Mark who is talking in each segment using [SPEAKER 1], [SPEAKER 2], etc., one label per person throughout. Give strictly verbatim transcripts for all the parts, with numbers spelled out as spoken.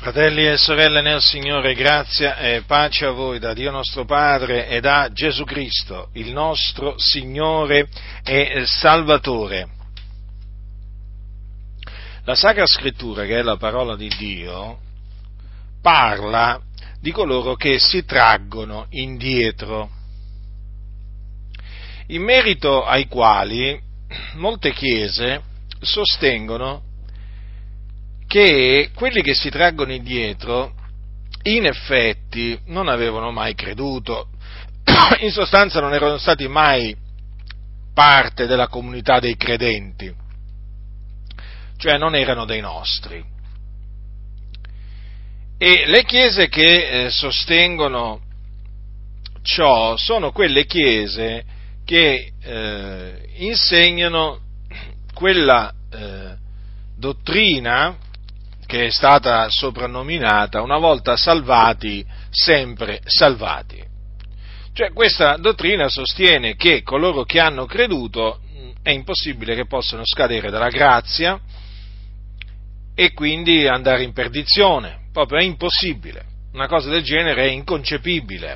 [SPEAKER 1] Fratelli e sorelle nel Signore, grazia e pace a voi da Dio nostro Padre e da Gesù Cristo, il nostro Signore e Salvatore. La Sacra Scrittura, che è la parola di Dio, parla di coloro che si traggono indietro, in merito ai quali molte chiese sostengono che quelli che si traggono indietro in effetti non avevano mai creduto, in sostanza non erano stati mai parte della comunità dei credenti, cioè non erano dei nostri. E le chiese che eh, sostengono ciò sono quelle chiese che eh, insegnano quella eh, dottrina che è stata soprannominata una volta salvati, sempre salvati. Cioè questa dottrina sostiene che coloro che hanno creduto è impossibile che possano scadere dalla grazia e quindi andare in perdizione, proprio è impossibile, una cosa del genere è inconcepibile.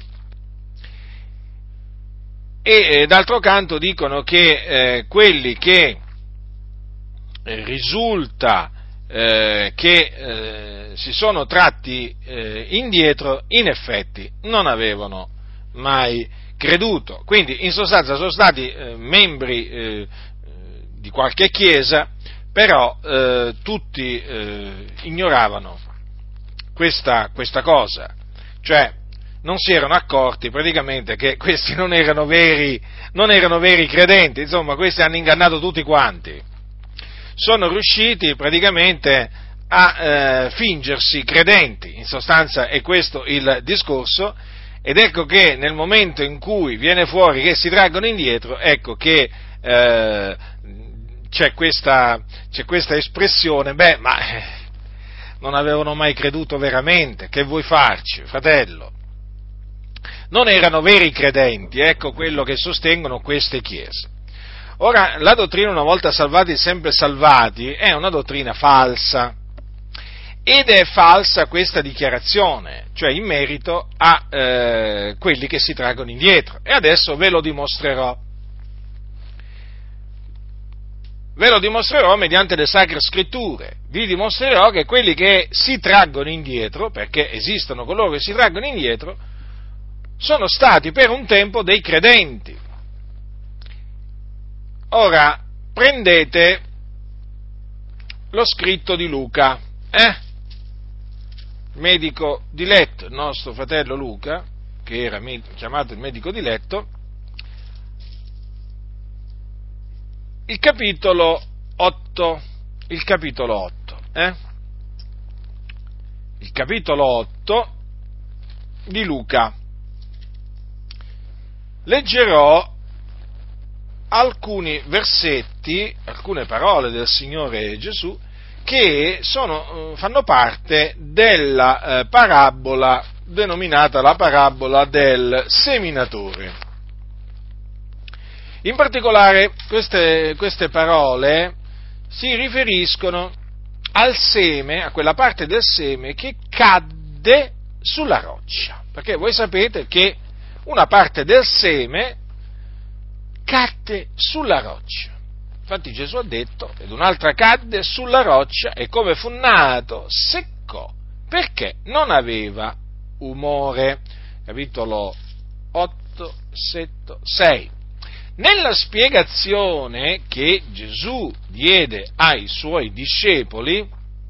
[SPEAKER 1] E eh, d'altro canto dicono che eh, quelli che eh, risulta Eh, che eh, si sono tratti eh, indietro, in effetti non avevano mai creduto. Quindi in sostanza sono stati eh, membri eh, di qualche chiesa, però eh, tutti eh, ignoravano questa, questa cosa, cioè non si erano accorti praticamente che questi non erano veri, non erano veri credenti, insomma questi hanno ingannato tutti quanti. Sono riusciti praticamente a eh, fingersi credenti, in sostanza è questo il discorso, ed ecco che nel momento in cui viene fuori che si traggono indietro, ecco che eh, c'è questa, c'è questa espressione, beh, ma eh, non avevano mai creduto veramente, che vuoi farci, fratello? Non erano veri credenti, ecco quello che sostengono queste chiese. Ora, la dottrina una volta salvati, sempre salvati, è una dottrina falsa, ed è falsa questa dichiarazione, cioè in merito a eh, quelli che si traggono indietro, e adesso ve lo dimostrerò. Ve lo dimostrerò mediante le Sacre Scritture, vi dimostrerò che quelli che si traggono indietro, perché esistono coloro che si traggono indietro, sono stati per un tempo dei credenti. Ora, prendete lo scritto di Luca, eh? medico diletto, il nostro fratello Luca, che era chiamato il medico diletto, il capitolo otto, il capitolo otto, eh? il capitolo otto di Luca. Leggerò alcuni versetti, alcune parole del Signore Gesù che sono, fanno parte della eh, parabola denominata la parabola del seminatore. In particolare queste, queste parole si riferiscono al seme, a quella parte del seme che cadde sulla roccia, perché voi sapete che una parte del seme cadde sulla roccia. Infatti Gesù ha detto, ed un'altra cadde sulla roccia e come fu nato seccò, perché non aveva umore. Capitolo otto, versetto sei. Nella spiegazione che Gesù diede ai suoi discepoli,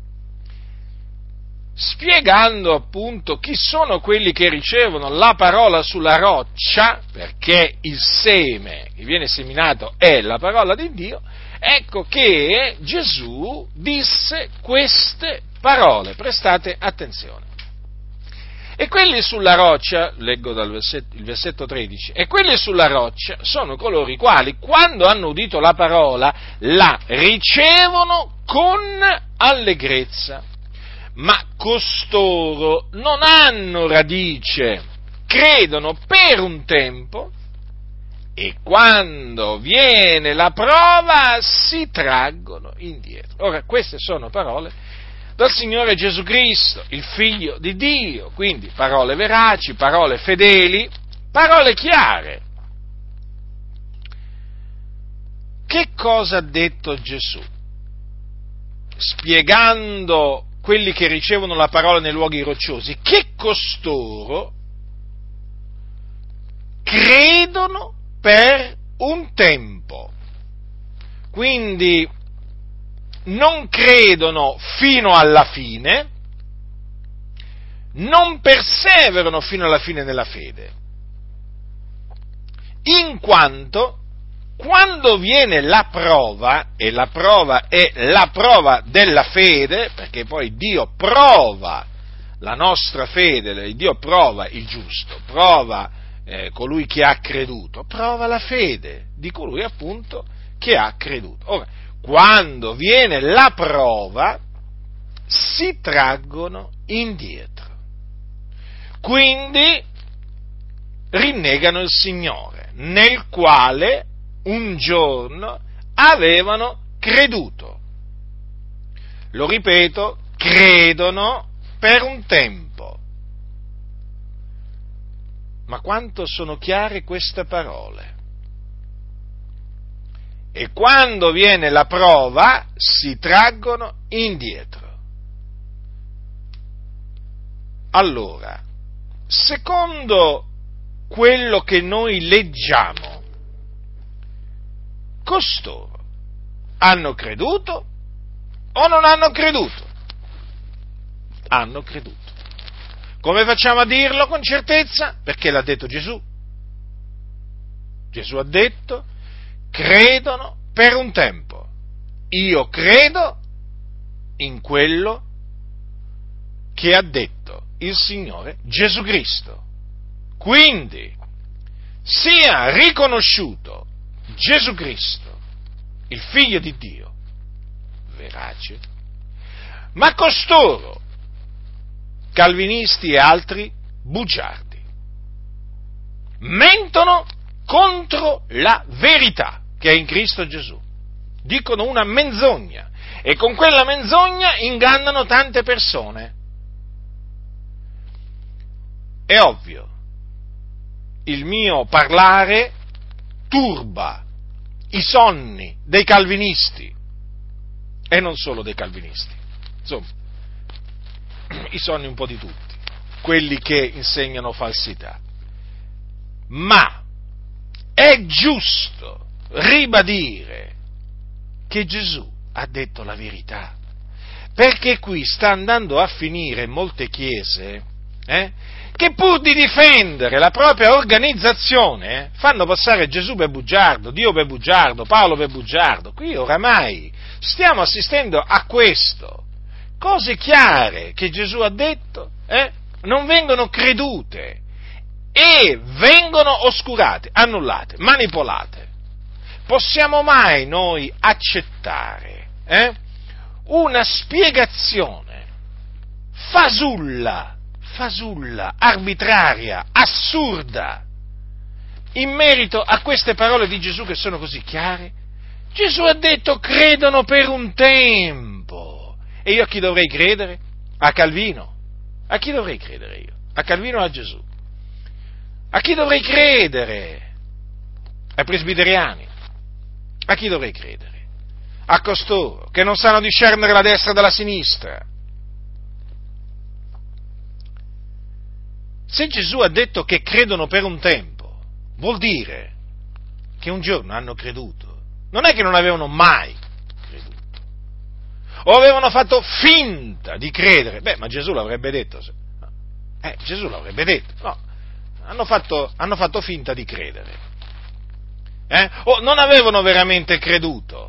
[SPEAKER 1] spiegando appunto chi sono quelli che ricevono la parola sulla roccia, perché il seme che viene seminato è la parola di Dio, ecco che Gesù disse queste parole, prestate attenzione. E quelli sulla roccia, leggo dal versetto, il versetto tredici, e quelli sulla roccia sono coloro i quali, quando hanno udito la parola, la ricevono con allegrezza. Ma costoro non hanno radice, credono per un tempo e quando viene la prova si traggono indietro. Ora, queste sono parole dal Signore Gesù Cristo, il Figlio di Dio. Quindi parole veraci, parole fedeli, parole chiare. Che cosa ha detto Gesù? Spiegando quelli che ricevono la parola nei luoghi rocciosi, che costoro credono per un tempo. Quindi non credono fino alla fine, non perseverano fino alla fine nella fede, in quanto quando viene la prova, e la prova è la prova della fede, perché poi Dio prova la nostra fede, Dio prova il giusto, prova eh, colui che ha creduto, prova la fede di colui appunto che ha creduto. Ora, quando viene la prova, si traggono indietro. Quindi rinnegano il Signore, nel quale un giorno avevano creduto. Lo ripeto, credono per un tempo. Ma quanto sono chiare queste parole? E quando viene la prova, si traggono indietro. Allora, secondo quello che noi leggiamo, costoro hanno creduto o non hanno creduto? Hanno creduto. Come facciamo a dirlo con certezza? Perché l'ha detto Gesù. Gesù ha detto: credono per un tempo. Io credo in quello che ha detto il Signore Gesù Cristo. Quindi sia riconosciuto Gesù Cristo, il Figlio di Dio, verace, ma costoro, calvinisti e altri bugiardi, mentono contro la verità che è in Cristo Gesù. Dicono una menzogna e con quella menzogna ingannano tante persone. È ovvio, il mio parlare turba i sonni dei calvinisti e non solo dei calvinisti, insomma, i sonni un po' di tutti, quelli che insegnano falsità. Ma è giusto ribadire che Gesù ha detto la verità, perché qui sta andando a finire in molte chiese eh, che pur di difendere la propria organizzazione eh, fanno passare Gesù per bugiardo, Dio per bugiardo, Paolo per bugiardo. Qui oramai stiamo assistendo a questo. Cose chiare che Gesù ha detto eh, non vengono credute e vengono oscurate, annullate, manipolate. Possiamo mai noi accettare eh, una spiegazione fasulla, fasulla, arbitraria, assurda, in merito a queste parole di Gesù che sono così chiare? Gesù ha detto: credono per un tempo. E io a chi dovrei credere? A Calvino? A chi dovrei credere io? A Calvino o a Gesù? A chi dovrei credere? Ai presbiteriani? A chi dovrei credere? A costoro che non sanno discernere la destra dalla sinistra. Se Gesù ha detto che credono per un tempo, vuol dire che un giorno hanno creduto. Non è che non avevano mai creduto. O avevano fatto finta di credere. Beh, ma Gesù l'avrebbe detto. Eh, Gesù l'avrebbe detto. No, hanno fatto, hanno fatto finta di credere. Eh? O non avevano veramente creduto.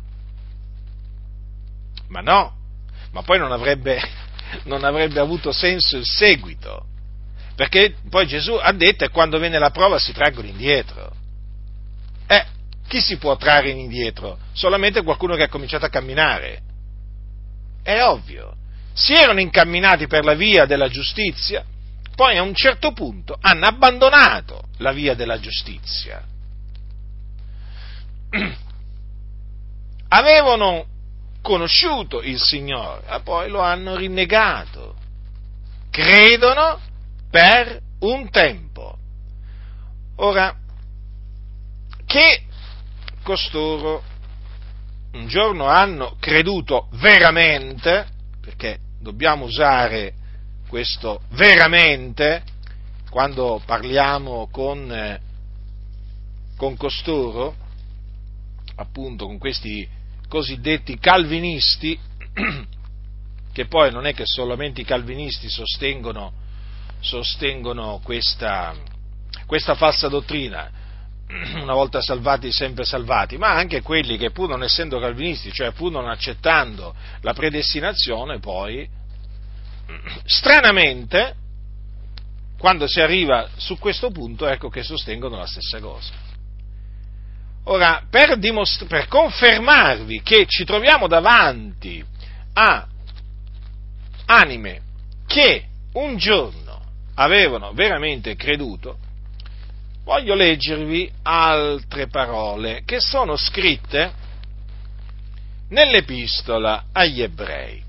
[SPEAKER 1] Ma no, ma poi non avrebbe, non avrebbe avuto senso il seguito. Perché poi Gesù ha detto: e quando viene la prova si traggono indietro. Eh, chi si può trarre indietro? Solamente qualcuno che ha cominciato a camminare. È ovvio. Si erano incamminati per la via della giustizia, poi a un certo punto hanno abbandonato la via della giustizia. Avevano conosciuto il Signore, ma poi lo hanno rinnegato. Credono per un tempo. Ora, che costoro un giorno hanno creduto veramente, perché dobbiamo usare questo veramente quando parliamo con, eh, con costoro, appunto con questi cosiddetti calvinisti, che poi non è che solamente i calvinisti sostengono, sostengono questa, questa falsa dottrina, una volta salvati sempre salvati, ma anche quelli che pur non essendo calvinisti, cioè pur non accettando la predestinazione, poi stranamente quando si arriva su questo punto, ecco che sostengono la stessa cosa. Ora, per, dimostra- per confermarvi che ci troviamo davanti a anime che un giorno avevano veramente creduto, voglio leggervi altre parole che sono scritte nell'Epistola agli Ebrei.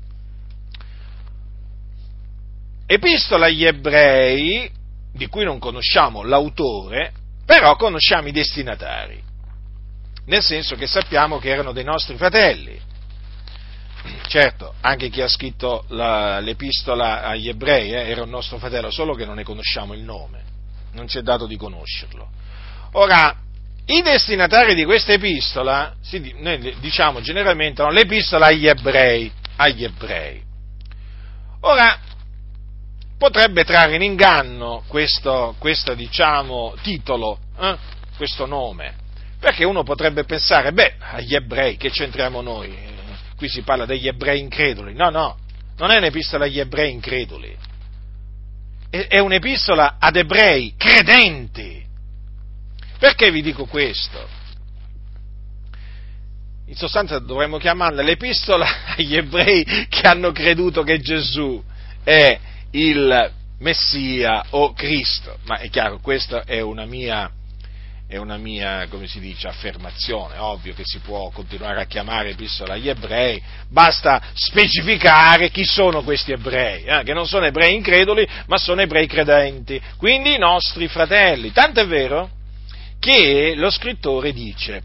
[SPEAKER 1] Epistola agli Ebrei, di cui non conosciamo l'autore, però conosciamo i destinatari, nel senso che sappiamo che erano dei nostri fratelli. Certo, anche chi ha scritto la, l'Epistola agli Ebrei eh, era un nostro fratello, solo che non ne conosciamo il nome, non ci è dato di conoscerlo. Ora, i destinatari di questa epistola, si, noi diciamo generalmente, no, l'Epistola agli Ebrei, agli Ebrei. Ora, potrebbe trarre in inganno questo, questo diciamo, titolo, eh, questo nome, perché uno potrebbe pensare, beh, agli ebrei, che c'entriamo noi? Eh, qui si parla degli ebrei increduli. No, no, non è un'epistola agli ebrei increduli, è, è un'epistola ad ebrei credenti. Perché vi dico questo? In sostanza dovremmo chiamarla l'epistola agli ebrei che hanno creduto che Gesù è il Messia o Cristo, ma è chiaro, questa è una mia, è una mia, come si dice, affermazione. Ovvio che si può continuare a chiamare epistola agli ebrei, basta specificare chi sono questi ebrei, eh, che non sono ebrei increduli, ma sono ebrei credenti, quindi i nostri fratelli. Tanto è vero che lo scrittore dice: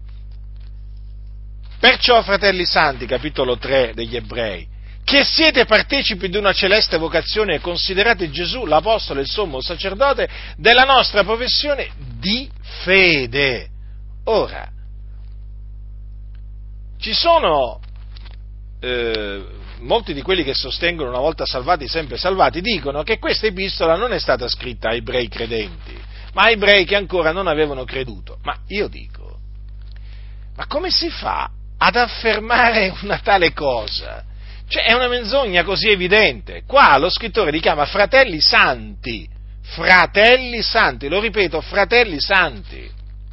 [SPEAKER 1] perciò, fratelli santi, capitolo tre degli Ebrei, che siete partecipi di una celeste vocazione e considerate Gesù l'apostolo e il sommo sacerdote della nostra professione di fede. Ora, ci sono eh, molti di quelli che sostengono una volta salvati sempre salvati, dicono che questa epistola non è stata scritta a ebrei credenti, ma a ebrei che ancora non avevano creduto. Ma io dico, ma come si fa ad affermare una tale cosa? Cioè, è una menzogna così evidente. Qua lo scrittore li chiama fratelli santi, fratelli santi, lo ripeto, fratelli santi,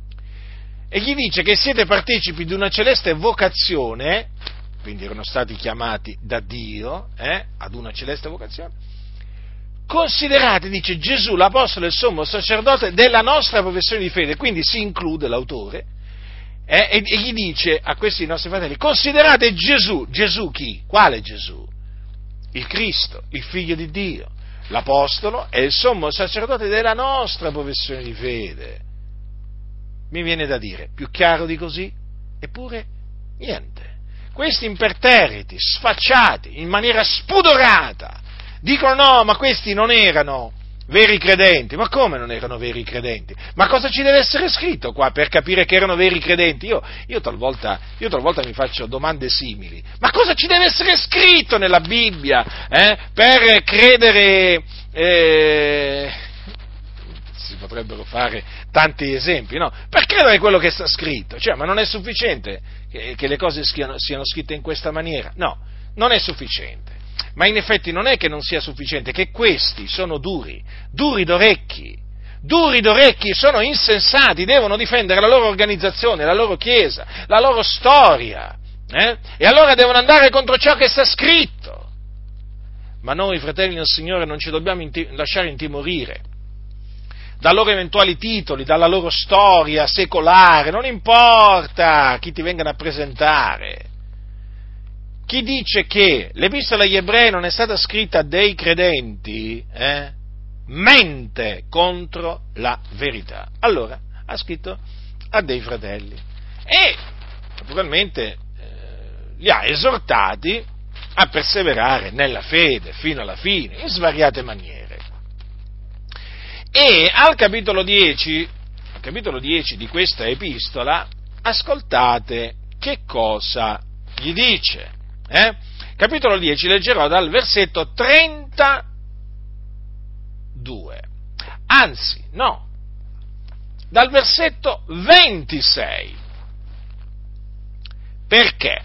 [SPEAKER 1] e gli dice che siete partecipi di una celeste vocazione, quindi erano stati chiamati da Dio, eh, ad una celeste vocazione. Considerate, dice, Gesù l'apostolo e il sommo sacerdote della nostra professione di fede, quindi si include l'autore, Eh, e, e gli dice a questi nostri fratelli: considerate Gesù. Gesù chi? Quale Gesù? Il Cristo, il Figlio di Dio, l'Apostolo e il sommo sacerdote della nostra professione di fede. Mi viene da dire, più chiaro di così? Eppure niente. Questi imperterriti, sfacciati, in maniera spudorata, dicono: no, ma questi non erano veri credenti. Ma come non erano veri credenti? Ma cosa ci deve essere scritto qua per capire che erano veri credenti? Io, io, talvolta, io talvolta mi faccio domande simili. Ma cosa ci deve essere scritto nella Bibbia eh, per credere? Eh, si potrebbero fare tanti esempi, no? Per credere quello che sta scritto. Cioè, ma non è sufficiente che, che le cose siano, siano scritte in questa maniera? No, non è sufficiente. Ma in effetti non è che non sia sufficiente, che questi sono duri, duri d'orecchi, duri d'orecchi, sono insensati, devono difendere la loro organizzazione, la loro chiesa, la loro storia, eh? E allora devono andare contro ciò che sta scritto. Ma noi, fratelli del Signore, non ci dobbiamo inti- lasciare intimorire da loro eventuali titoli, dalla loro storia secolare, non importa chi ti vengano a presentare. chi dice che l'Epistola agli Ebrei non è stata scritta a dei credenti, eh, mente contro la verità. Allora, ha scritto a dei fratelli e, naturalmente, eh, li ha esortati a perseverare nella fede fino alla fine, in svariate maniere. E al capitolo dieci, al capitolo dieci di questa epistola, ascoltate che cosa gli dice. Eh? Capitolo dieci, leggerò dal versetto trentadue. Anzi, no, dal versetto ventisei. Perché?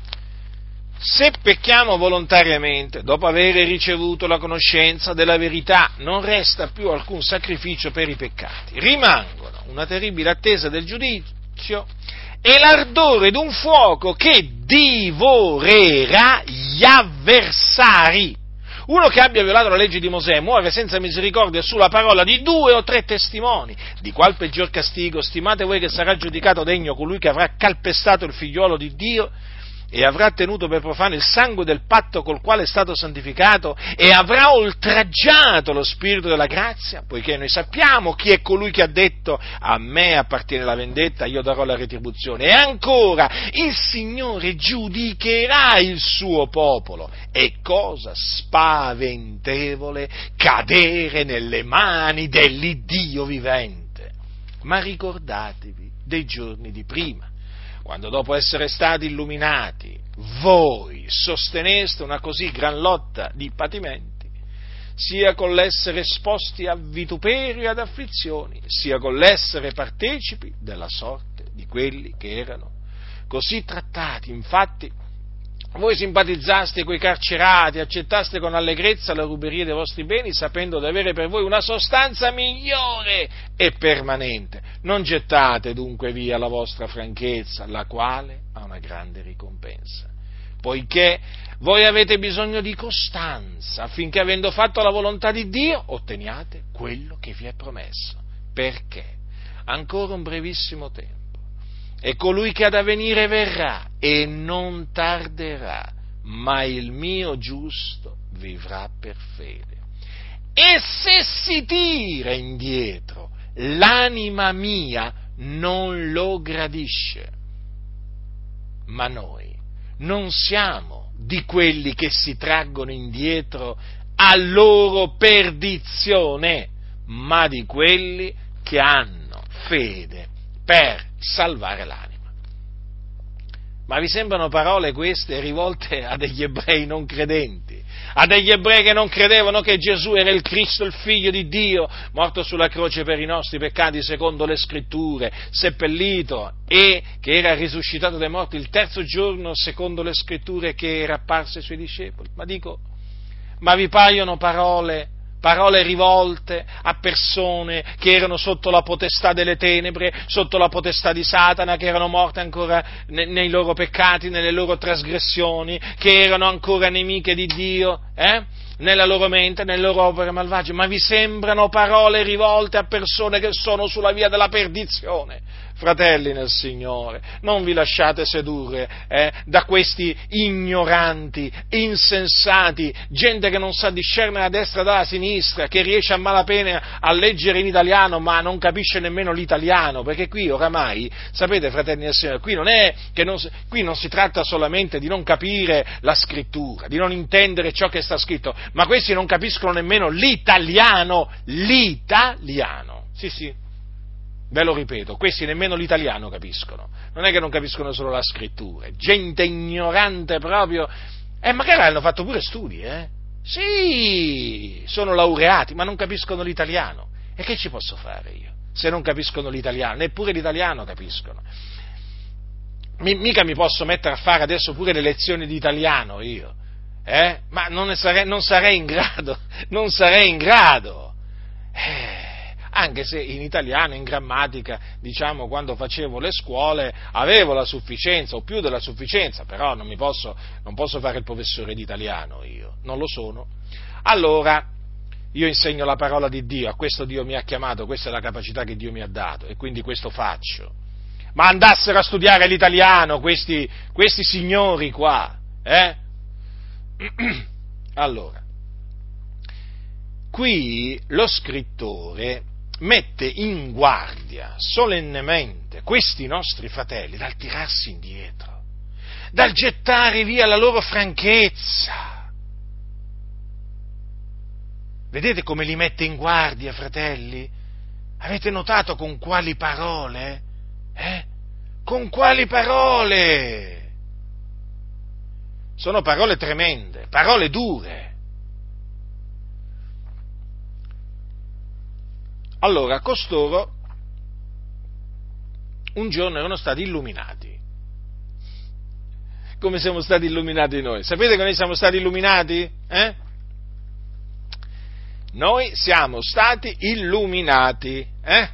[SPEAKER 1] Se pecchiamo volontariamente, dopo aver ricevuto la conoscenza della verità, non resta più alcun sacrificio per i peccati. Rimangono una terribile attesa del giudizio e l'ardore d'un fuoco che divorerà gli avversari. Uno che abbia violato la legge di Mosè muore senza misericordia sulla parola di due o tre testimoni. Di qual peggior castigo stimate voi che sarà giudicato degno colui che avrà calpestato il figliuolo di Dio e avrà tenuto per profano il sangue del patto col quale è stato santificato e avrà oltraggiato lo spirito della grazia, poiché noi sappiamo chi è colui che ha detto: a me appartiene la vendetta, io darò la retribuzione. E ancora, il Signore giudicherà il suo popolo. È cosa spaventevole cadere nelle mani dell'Iddio vivente. Ma ricordatevi dei giorni di prima, quando dopo essere stati illuminati voi sosteneste una così gran lotta di patimenti, sia con l'essere esposti a vituperio e ad afflizioni, sia con l'essere partecipi della sorte di quelli che erano così trattati. Infatti voi simpatizzaste coi carcerati, accettaste con allegrezza la ruberia dei vostri beni, sapendo di avere per voi una sostanza migliore e permanente. Non gettate dunque via la vostra franchezza, la quale ha una grande ricompensa. Poiché voi avete bisogno di costanza, affinché, avendo fatto la volontà di Dio, otteniate quello che vi è promesso. Perché? Ancora un brevissimo tempo. E colui che ha da venire verrà e non tarderà, ma il mio giusto vivrà per fede. E se si tira indietro, l'anima mia non lo gradisce. Ma noi non siamo di quelli che si traggono indietro a loro perdizione, ma di quelli che hanno fede per salvare l'anima. Ma vi sembrano parole queste rivolte a degli ebrei non credenti, a degli ebrei che non credevano che Gesù era il Cristo, il Figlio di Dio, morto sulla croce per i nostri peccati secondo le Scritture, seppellito e che era risuscitato dai morti il terzo giorno secondo le Scritture, che era apparso ai suoi discepoli? Ma dico, ma vi paiono parole Parole rivolte a persone che erano sotto la potestà delle tenebre, sotto la potestà di Satana, che erano morte ancora ne, nei loro peccati, nelle loro trasgressioni, che erano ancora nemiche di Dio, eh? nella loro mente, nelle loro opere malvagie. Ma vi sembrano parole rivolte a persone che sono sulla via della perdizione? Fratelli nel Signore, non vi lasciate sedurre eh, da questi ignoranti, insensati, gente che non sa discernere a destra dalla sinistra, che riesce a malapena a leggere in italiano ma non capisce nemmeno l'italiano, perché qui oramai, sapete, fratelli nel Signore, qui non è che non, qui non si tratta solamente di non capire la scrittura, di non intendere ciò che sta scritto, ma questi non capiscono nemmeno l'italiano, l'italiano, sì sì. Ve lo ripeto, questi nemmeno l'italiano capiscono, non è che non capiscono solo la scrittura, gente ignorante proprio, e eh, magari hanno fatto pure studi, eh? Sì, sono laureati, ma non capiscono l'italiano, e che ci posso fare io, se non capiscono l'italiano, neppure l'italiano capiscono, mi, mica mi posso mettere a fare adesso pure le lezioni di italiano io, eh? Ma non, ne sarei, non sarei in grado, non sarei in grado, eh... Anche se in italiano, in grammatica, diciamo, quando facevo le scuole, avevo la sufficienza, o più della sufficienza, però non mi posso, non posso fare il professore di italiano io, non lo sono. Allora, io insegno la parola di Dio, a questo Dio mi ha chiamato, questa è la capacità che Dio mi ha dato, e quindi questo faccio. Ma andassero a studiare l'italiano questi, questi signori qua, Eh? Allora, qui lo scrittore mette in guardia solennemente questi nostri fratelli dal tirarsi indietro, dal gettare via la loro franchezza. Vedete come li mette in guardia, fratelli? Avete notato con quali parole? Eh? Con quali parole? Sono parole tremende, parole dure. Allora, costoro un giorno erano stati illuminati. Come siamo stati illuminati noi? Sapete che noi siamo stati illuminati? Eh? Noi siamo stati illuminati. Eh?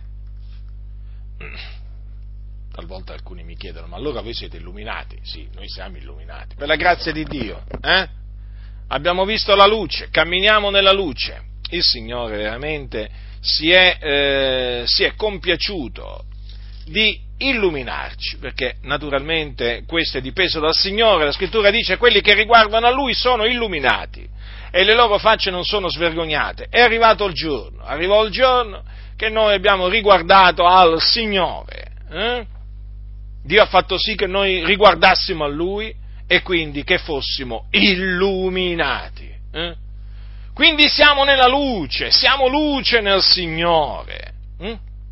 [SPEAKER 1] Talvolta alcuni mi chiedono, ma allora voi siete illuminati? Sì, noi siamo illuminati. Per la grazia di Dio. Eh? Abbiamo visto la luce, camminiamo nella luce. Il Signore veramente si è, eh, si è compiaciuto di illuminarci, perché naturalmente questo è dipeso dal Signore. La Scrittura dice: quelli che riguardano a Lui sono illuminati e le loro facce non sono svergognate. È arrivato il giorno, arrivò il giorno che noi abbiamo riguardato al Signore. Eh? Dio ha fatto sì che noi riguardassimo a Lui e quindi che fossimo illuminati. Eh? Quindi siamo nella luce, siamo luce nel Signore. Mm?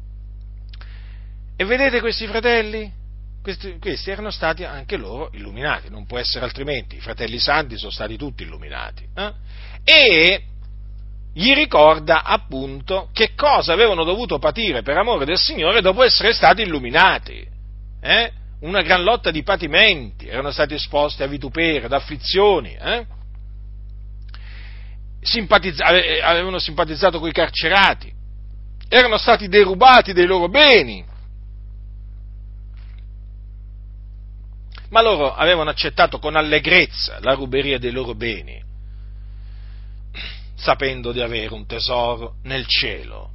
[SPEAKER 1] E vedete questi fratelli? Questi, questi erano stati anche loro illuminati, non può essere altrimenti. I fratelli santi sono stati tutti illuminati. Eh? E gli ricorda appunto che cosa avevano dovuto patire per amore del Signore dopo essere stati illuminati. Eh? Una gran lotta di patimenti, erano stati esposti a vituperi, ad afflizioni, eh? Simpatizza- avevano simpatizzato coi carcerati, erano stati derubati dei loro beni, ma loro avevano accettato con allegrezza la ruberia dei loro beni, sapendo di avere un tesoro nel cielo.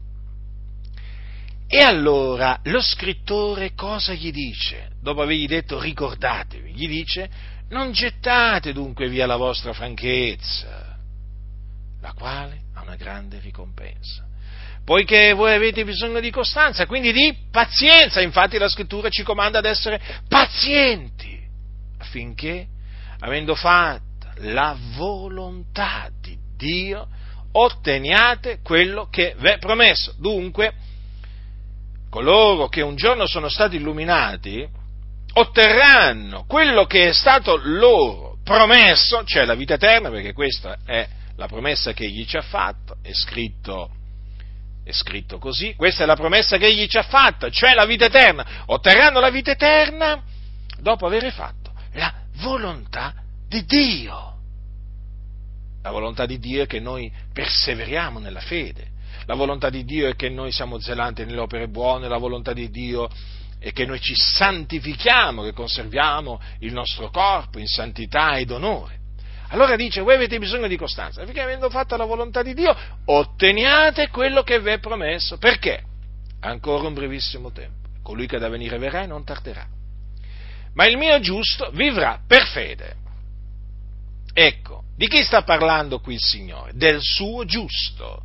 [SPEAKER 1] E allora lo scrittore cosa gli dice? Dopo avergli detto ricordatevi, gli dice: non gettate dunque via la vostra franchezza, la quale ha una grande ricompensa, poiché voi avete bisogno di costanza, quindi di pazienza. Infatti la Scrittura ci comanda ad essere pazienti, affinché, avendo fatta la volontà di Dio, otteniate quello che v'è promesso. Dunque, coloro che un giorno sono stati illuminati otterranno quello che è stato loro promesso, cioè la vita eterna, perché questa è la promessa che Egli ci ha fatto, è scritto, è scritto così, questa è la promessa che Egli ci ha fatto, cioè la vita eterna. Otterranno la vita eterna dopo aver fatto la volontà di Dio. La volontà di Dio è che noi perseveriamo nella fede, la volontà di Dio è che noi siamo zelanti nelle opere buone, la volontà di Dio è che noi ci santifichiamo, che conserviamo il nostro corpo in santità ed onore. Allora dice: voi avete bisogno di costanza, perché avendo fatto la volontà di Dio, otteniate quello che vi è promesso. Perché? Ancora un brevissimo tempo. Colui che da venire verrà e non tarderà. Ma il mio giusto vivrà per fede. Ecco, di chi sta parlando qui il Signore? Del suo giusto.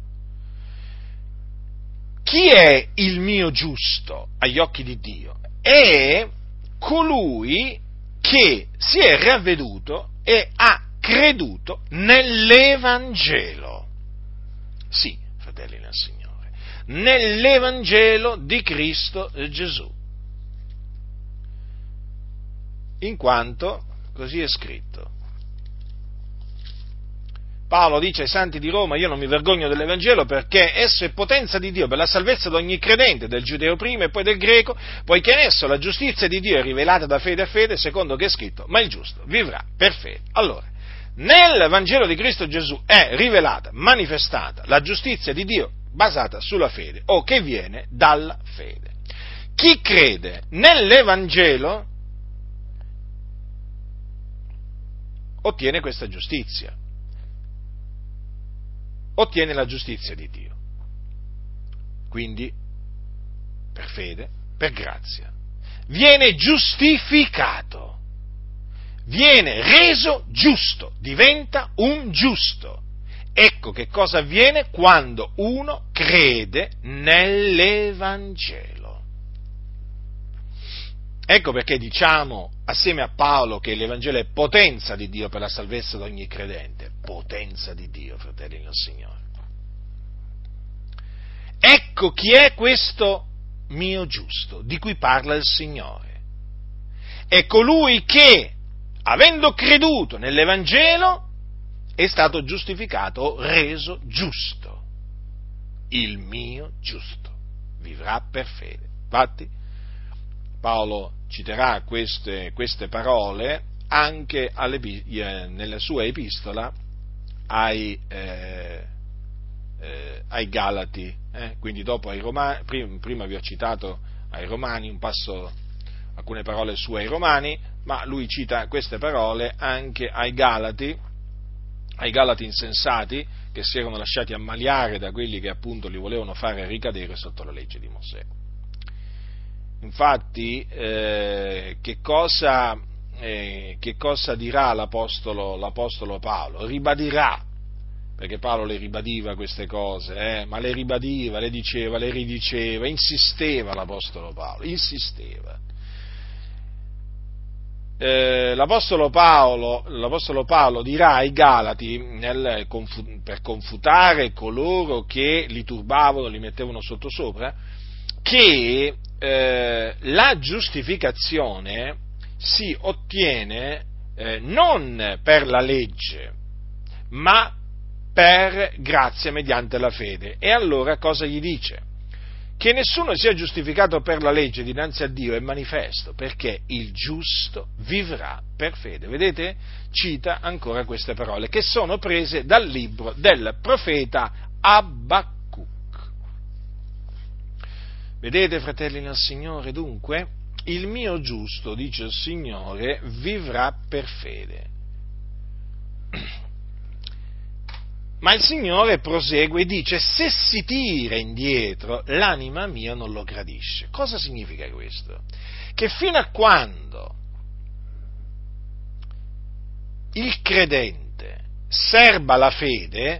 [SPEAKER 1] Chi è il mio giusto agli occhi di Dio? È colui che si è ravveduto e ha creduto nell'Evangelo. Sì, fratelli nel Signore, nell'Evangelo di Cristo Gesù. In quanto così è scritto. Paolo dice ai santi di Roma: io non mi vergogno dell'Evangelo, perché esso è potenza di Dio per la salvezza di ogni credente, del giudeo prima e poi del greco, poiché in esso la giustizia di Dio è rivelata da fede a fede, secondo che è scritto: ma il giusto vivrà per fede. Allora, nel Vangelo di Cristo Gesù è rivelata, manifestata la giustizia di Dio basata sulla fede, o che viene dalla fede. Chi crede nell'Evangelo ottiene questa giustizia. Ottiene la giustizia di Dio. Quindi, per fede, per grazia, viene giustificato, viene reso giusto, diventa un giusto. Ecco che cosa avviene quando uno crede nell'Evangelo. Ecco perché diciamo assieme a Paolo che l'Evangelo è potenza di Dio per la salvezza di ogni credente. Potenza di Dio, fratelli del Signore. Ecco chi è questo mio giusto, di cui parla il Signore. È colui che, avendo creduto nell'Evangelo, è stato giustificato, reso giusto. Il mio giusto vivrà per fede. Infatti, Paolo citerà queste, queste parole anche eh, nella sua epistola ai, eh, eh, ai Galati. Eh? Quindi dopo ai Romani, prima, prima vi ho citato ai Romani, un passo, alcune parole su ai Romani, ma lui cita queste parole anche ai Galati, ai Galati insensati che si erano lasciati ammaliare da quelli che appunto li volevano fare ricadere sotto la legge di Mosè. Infatti, eh, che, cosa, eh, che cosa dirà l'apostolo, l'apostolo Paolo? Ribadirà, perché Paolo le ribadiva queste cose, eh, ma le ribadiva, le diceva, le ridiceva, insisteva l'apostolo Paolo, insisteva. Eh, l'apostolo Paolo, l'apostolo Paolo dirà ai Galati, nel, per confutare coloro che li turbavano, li mettevano sottosopra, che eh, la giustificazione si ottiene eh, non per la legge, ma per grazia mediante la fede. E allora cosa gli dice? Che nessuno sia giustificato per la legge dinanzi a Dio è manifesto, perché il giusto vivrà per fede. Vedete? Cita ancora queste parole, che sono prese dal libro del profeta Abaccuc. Vedete, fratelli nel Signore, dunque, il mio giusto, dice il Signore, vivrà per fede. Ma il Signore prosegue e dice: se si tira indietro, l'anima mia non lo gradisce. Cosa significa questo? Che fino a quando il credente serba la fede,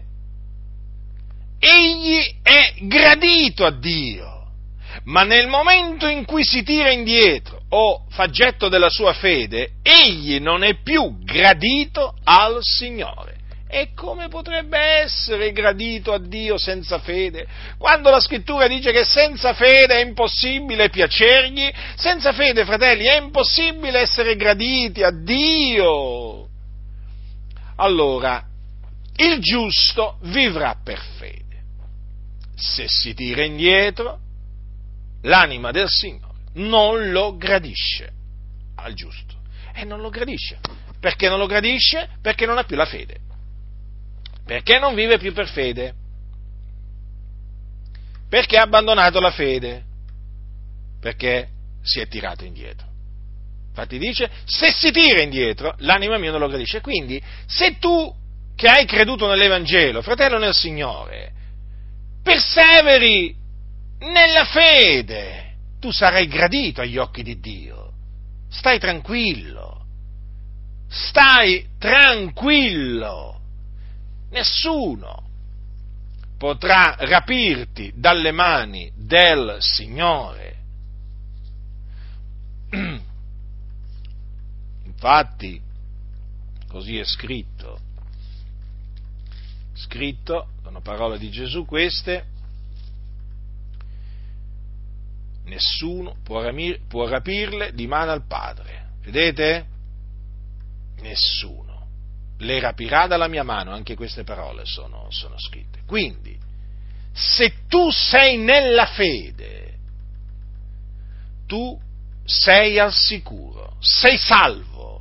[SPEAKER 1] egli è gradito a Dio. Ma nel momento in cui si tira indietro o fa getto della sua fede, egli non è più gradito al Signore. E come potrebbe essere gradito a Dio senza fede? Quando la Scrittura dice che senza fede è impossibile piacergli, senza fede, fratelli, è impossibile essere graditi a Dio. Allora, il giusto vivrà per fede. Se si tira indietro, l'anima del Signore non lo gradisce al giusto. E non lo gradisce. Perché non lo gradisce? Perché non ha più la fede. Perché non vive più per fede? Perché ha abbandonato la fede? Perché si è tirato indietro. Infatti dice, se si tira indietro, l'anima mia non lo gradisce. Quindi, se tu, che hai creduto nell'Evangelo, fratello nel Signore, perseveri nella fede, tu sarai gradito agli occhi di Dio. Stai tranquillo. Stai tranquillo. Nessuno potrà rapirti dalle mani del Signore. Infatti, così è scritto, scritto, sono parole di Gesù queste: nessuno può, ramir, può rapirle di mano al Padre. Vedete? Nessuno le rapirà dalla mia mano, anche queste parole sono, sono scritte. Quindi, se tu sei nella fede, tu sei al sicuro, sei salvo.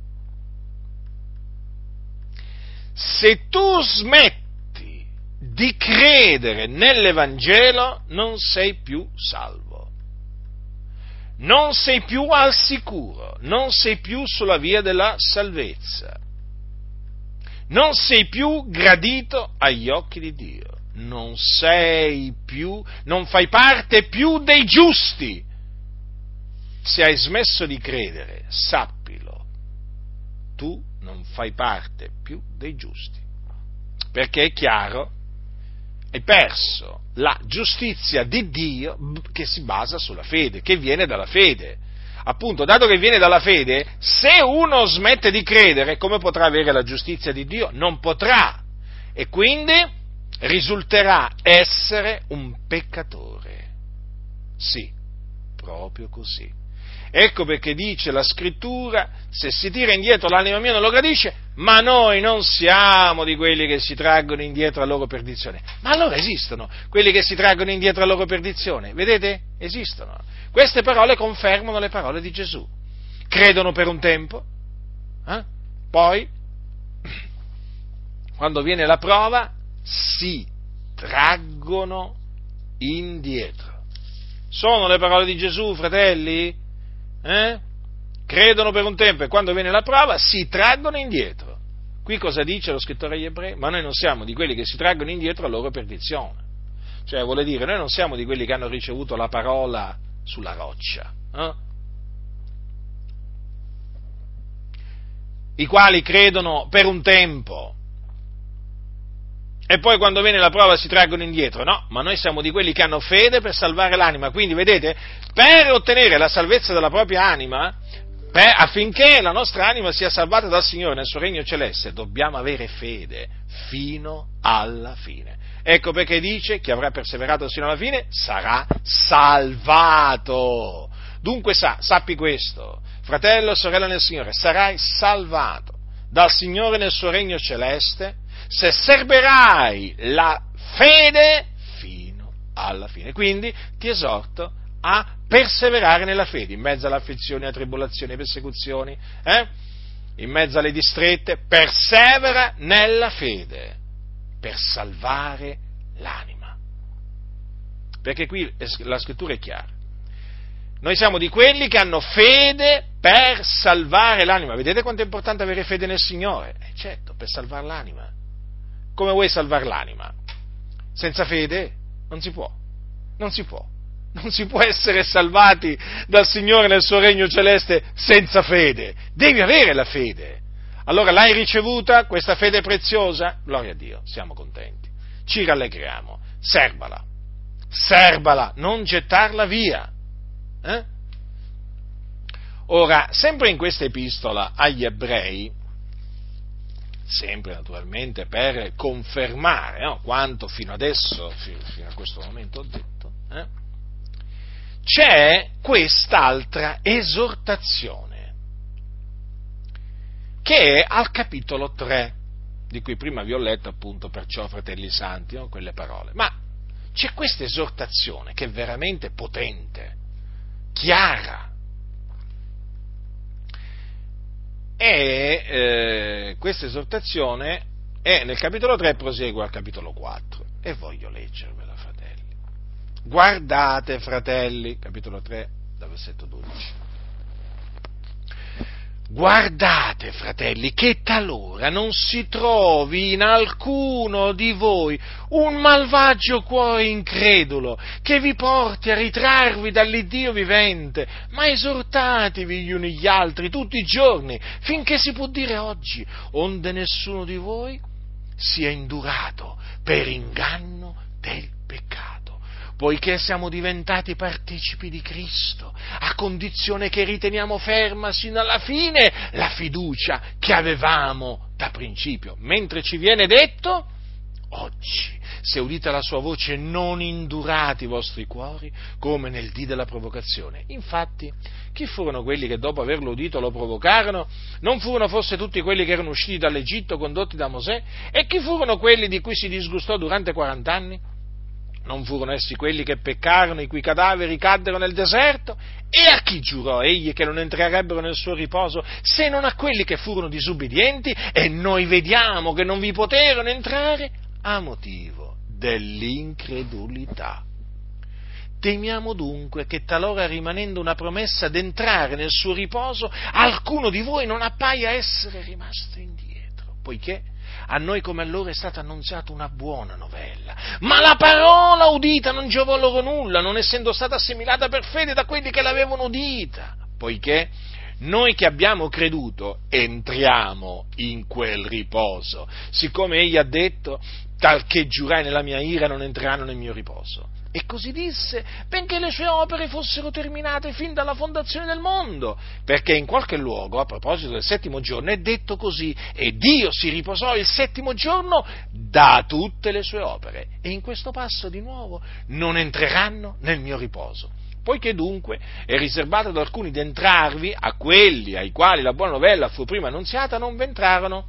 [SPEAKER 1] Se tu smetti di credere nell'Evangelo, non sei più salvo. Non sei più al sicuro, non sei più sulla via della salvezza. Non sei più gradito agli occhi di Dio, non sei più, non fai parte più dei giusti. Se hai smesso di credere, sappilo, tu non fai parte più dei giusti, perché è chiaro, hai perso la giustizia di Dio che si basa sulla fede, che viene dalla fede. Appunto, dato che viene dalla fede, se uno smette di credere, come potrà avere la giustizia di Dio? Non potrà, e quindi risulterà essere un peccatore. Sì, proprio così. Ecco perché dice la Scrittura: se si tira indietro l'anima mia non lo gradisce, ma noi non siamo di quelli che si traggono indietro alla loro perdizione. Ma allora esistono quelli che si traggono indietro alla loro perdizione? Vedete? Esistono. Queste parole confermano le parole di Gesù. Credono per un tempo, eh? Poi, quando viene la prova, si traggono indietro. Sono le parole di Gesù, fratelli? Eh? Credono per un tempo e quando viene la prova si traggono indietro. Qui cosa dice lo scrittore agli Ebrei? Ma noi non siamo di quelli che si traggono indietro a loro perdizione. Cioè, vuole dire, noi non siamo di quelli che hanno ricevuto la parola sulla roccia, eh? I quali credono per un tempo e poi quando viene la prova si traggono indietro. No, ma noi siamo di quelli che hanno fede per salvare l'anima. Quindi, vedete, per ottenere la salvezza della propria anima, per, affinché la nostra anima sia salvata dal Signore nel suo regno celeste, dobbiamo avere fede fino alla fine. Ecco perché dice: chi avrà perseverato fino alla fine sarà salvato. Dunque sa, sappi questo, fratello, sorella nel Signore, sarai salvato dal Signore nel suo regno celeste se serberai la fede fino alla fine. Quindi ti esorto a perseverare nella fede, in mezzo alle afflizioni, alle tribolazioni, alle persecuzioni, eh? in mezzo alle distrette, persevera nella fede per salvare l'anima. Perché qui la scrittura è chiara. Noi siamo di quelli che hanno fede per salvare l'anima. Vedete quanto è importante avere fede nel Signore? Eh certo, per salvare l'anima. Come vuoi salvare l'anima? Senza fede? Non si può. Non si può. Non si può essere salvati dal Signore nel suo regno celeste senza fede. Devi avere la fede. Allora l'hai ricevuta, questa fede preziosa? Gloria a Dio, siamo contenti. Ci rallegriamo. Serbala. Serbala, non gettarla via. Eh? Ora, sempre in questa epistola agli Ebrei, sempre naturalmente per confermare no, quanto fino adesso, fino, fino a questo momento ho detto, eh, c'è quest'altra esortazione, che è al capitolo tre, di cui prima vi ho letto appunto, perciò fratelli santi, no, quelle parole, ma c'è questa esortazione che è veramente potente, chiara, e eh, questa esortazione è nel capitolo tre e prosegue al capitolo quattro, e voglio leggervela, fratelli. Guardate, fratelli, capitolo tre, dal versetto dodici. Guardate, fratelli, che talora non si trovi in alcuno di voi un malvagio cuore incredulo che vi porti a ritrarvi dall'Iddio vivente, ma esortatevi gli uni gli altri tutti i giorni, finché si può dire oggi, onde nessuno di voi sia indurato per inganno del peccato. Poiché siamo diventati partecipi di Cristo, a condizione che riteniamo ferma sino alla fine la fiducia che avevamo da principio, mentre ci viene detto: oggi, se udite la sua voce, non indurate i vostri cuori come nel dì della provocazione. Infatti, chi furono quelli che dopo averlo udito lo provocarono? Non furono forse tutti quelli che erano usciti dall'Egitto condotti da Mosè? E chi furono quelli di cui si disgustò durante quarant'anni? Non furono essi quelli che peccarono, i cui cadaveri caddero nel deserto? E a chi giurò egli che non entrerebbero nel suo riposo, se non a quelli che furono disubbidienti? E noi vediamo che non vi poterono entrare a motivo dell'incredulità. Temiamo dunque che talora, rimanendo una promessa d'entrare nel suo riposo, alcuno di voi non appaia essere rimasto indietro, poiché a noi come a loro è stata annunziata una buona novella, ma la parola udita non giovò loro nulla, non essendo stata assimilata per fede da quelli che l'avevano udita, poiché noi che abbiamo creduto entriamo in quel riposo, siccome egli ha detto, tal che giurai nella mia ira non entreranno nel mio riposo. E così disse, benché le sue opere fossero terminate fin dalla fondazione del mondo, perché in qualche luogo, a proposito del settimo giorno, è detto così, e Dio si riposò il settimo giorno da tutte le sue opere, e in questo passo di nuovo non entreranno nel mio riposo. Poiché dunque è riservato ad alcuni di entrarvi, a quelli ai quali la buona novella fu prima annunziata, non v'entrarono.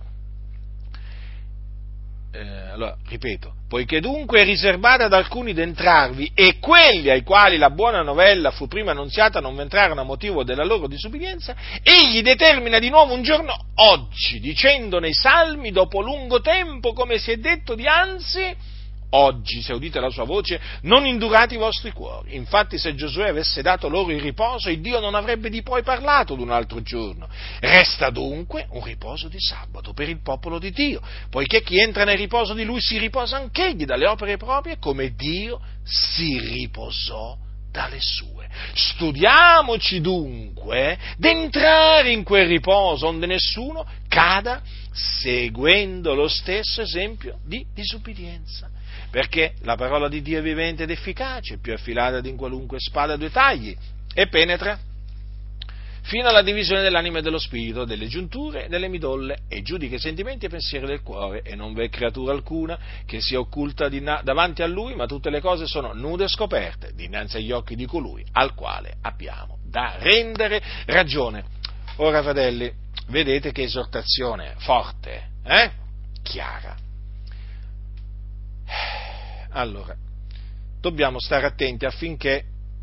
[SPEAKER 1] Eh, allora, ripeto, poiché dunque è riservata ad alcuni d'entrarvi e quelli ai quali la buona novella fu prima annunziata non v'entrarono a motivo della loro disubbidienza, egli determina di nuovo un giorno oggi, dicendo nei salmi, dopo lungo tempo, come si è detto dianzi, oggi, se udite la sua voce, non indurate i vostri cuori. Infatti, se Giosuè avesse dato loro il riposo, il Dio non avrebbe di poi parlato d'un altro giorno. Resta dunque un riposo di sabato per il popolo di Dio, poiché chi entra nel riposo di Lui si riposa anch'egli dalle opere proprie, come Dio si riposò dalle sue. Studiamoci dunque d'entrare in quel riposo, onde nessuno cada seguendo lo stesso esempio di disubbidienza. Perché la parola di Dio è vivente ed efficace, più affilata di qualunque spada a due tagli, e penetra fino alla divisione dell'anima e dello spirito, delle giunture e delle midolle, e giudica i sentimenti e pensieri del cuore, e non v'è creatura alcuna che sia occulta davanti a Lui, ma tutte le cose sono nude e scoperte dinanzi agli occhi di colui al quale abbiamo da rendere ragione. Ora, fratelli, vedete che esortazione forte, eh? Chiara. Allora, dobbiamo stare attenti affinché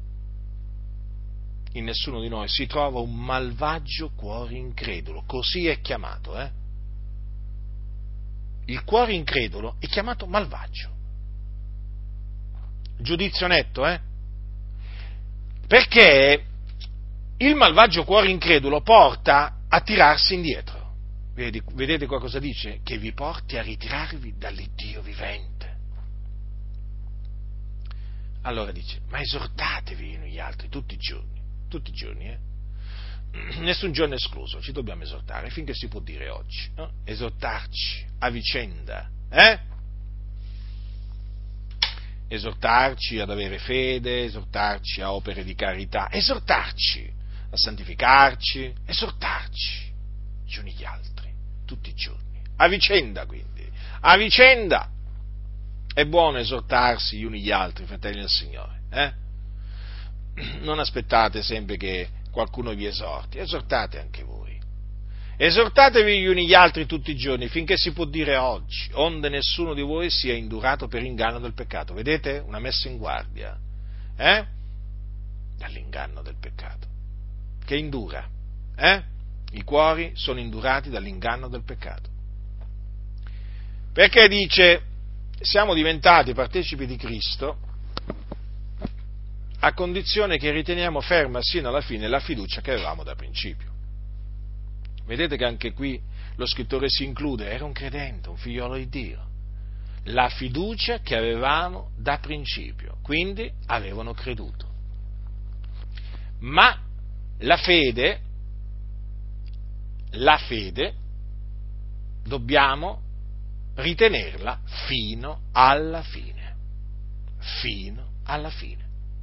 [SPEAKER 1] in nessuno di noi si trova un malvagio cuore incredulo, così è chiamato, eh? Il cuore incredulo è chiamato malvagio. Giudizio netto, eh? Perché il malvagio cuore incredulo porta a tirarsi indietro. Vedete qua cosa dice? Che vi porti a ritirarvi dall'Iddio vivente. Allora dice, ma esortatevi gli altri tutti i giorni, tutti i giorni, eh? Nessun giorno escluso, ci dobbiamo esortare, finché si può dire oggi, no? Esortarci a vicenda, eh? Esortarci ad avere fede, esortarci a opere di carità, esortarci a santificarci, esortarci gli uni gli altri, tutti i giorni, a vicenda quindi, a vicenda. È buono esortarsi gli uni gli altri, fratelli del Signore, eh? Non aspettate sempre che qualcuno vi esorti, esortate anche voi. Esortatevi gli uni gli altri tutti i giorni, finché si può dire oggi, onde nessuno di voi sia indurato per inganno del peccato. Vedete? Una messa in guardia, eh? Dall'inganno del peccato, che indura, eh? I cuori sono indurati dall'inganno del peccato. Perché dice, siamo diventati partecipi di Cristo a condizione che riteniamo ferma sino alla fine la fiducia che avevamo da principio. Vedete che anche qui lo scrittore si include, era un credente, un figliolo di Dio, la fiducia che avevamo da principio, quindi avevano creduto. Ma la fede, la fede, dobbiamo ritenerla fino alla fine, fino alla fine.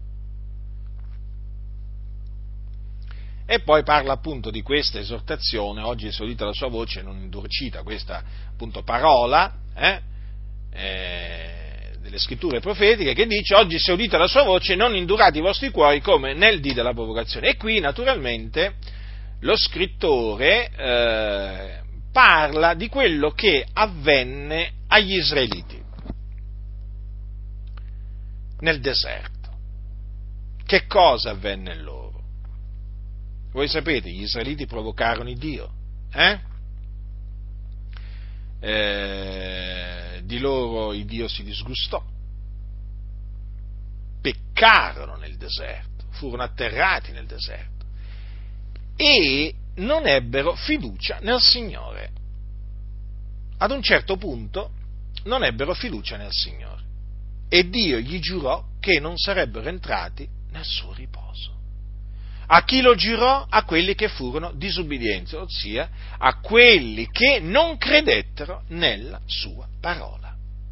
[SPEAKER 1] E poi parla appunto di questa esortazione, oggi è udita la sua voce, non indurcita questa appunto parola, eh, eh, delle scritture profetiche, che dice, oggi se udita la sua voce, non indurate i vostri cuori come nel dì della provocazione. E qui naturalmente lo scrittore eh, parla di quello che avvenne agli israeliti nel deserto. Che cosa avvenne loro? Voi sapete, gli israeliti provocarono il Dio, eh? Eh, di loro il Dio si disgustò, peccarono nel deserto, furono atterrati nel deserto e non ebbero fiducia nel Signore. Ad un certo punto non ebbero fiducia nel Signore e Dio gli giurò che non sarebbero entrati nel suo riposo. A chi lo giurò? A quelli che furono disubbidienti, ossia a quelli che non credettero nella sua parola.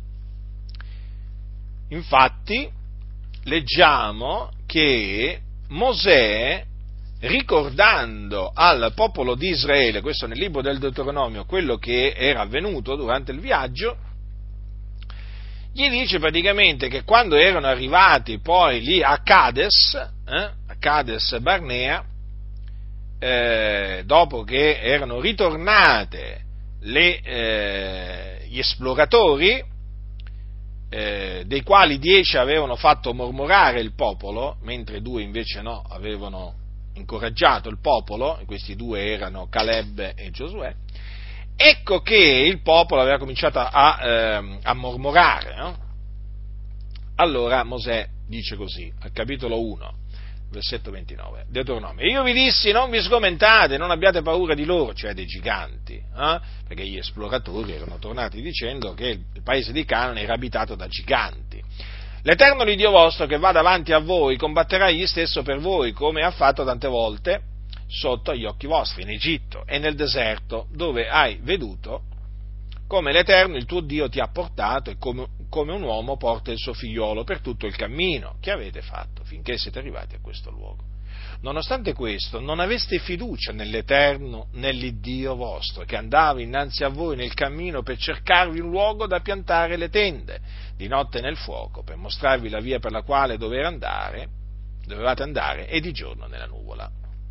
[SPEAKER 1] Infatti, leggiamo che Mosè, ricordando al popolo di Israele, questo nel libro del Deuteronomio, quello che era avvenuto durante il viaggio, gli dice praticamente che quando erano arrivati poi lì a Cades, eh, a Cades Barnea, eh, dopo che erano ritornate le, eh, gli esploratori, eh, dei quali dieci avevano fatto mormorare il popolo, mentre due invece no, avevano incoraggiato il popolo, e questi due erano Caleb e Giosuè. Ecco che il popolo aveva cominciato a, eh, a mormorare, no? Allora Mosè dice così, al capitolo uno, versetto ventinove, Deuteronomio: io vi dissi, non vi sgomentate, non abbiate paura di loro, cioè dei giganti, eh? Perché gli esploratori erano tornati dicendo che il paese di Canaan era abitato da giganti. L'Eterno l'Iddio vostro che va davanti a voi combatterà egli stesso per voi, come ha fatto tante volte sotto agli occhi vostri, in Egitto e nel deserto, dove hai veduto come l'Eterno, il tuo Dio, ti ha portato e come, come un uomo porta il suo figliolo per tutto il cammino che avete fatto finché siete arrivati a questo luogo. Nonostante questo, non aveste fiducia nell'Eterno, nell'Iddio vostro, che andava innanzi a voi nel cammino per cercarvi un luogo da piantare le tende, di notte nel fuoco, per mostrarvi la via per la quale dovevate andare, dovevate andare, e di giorno nella nuvola.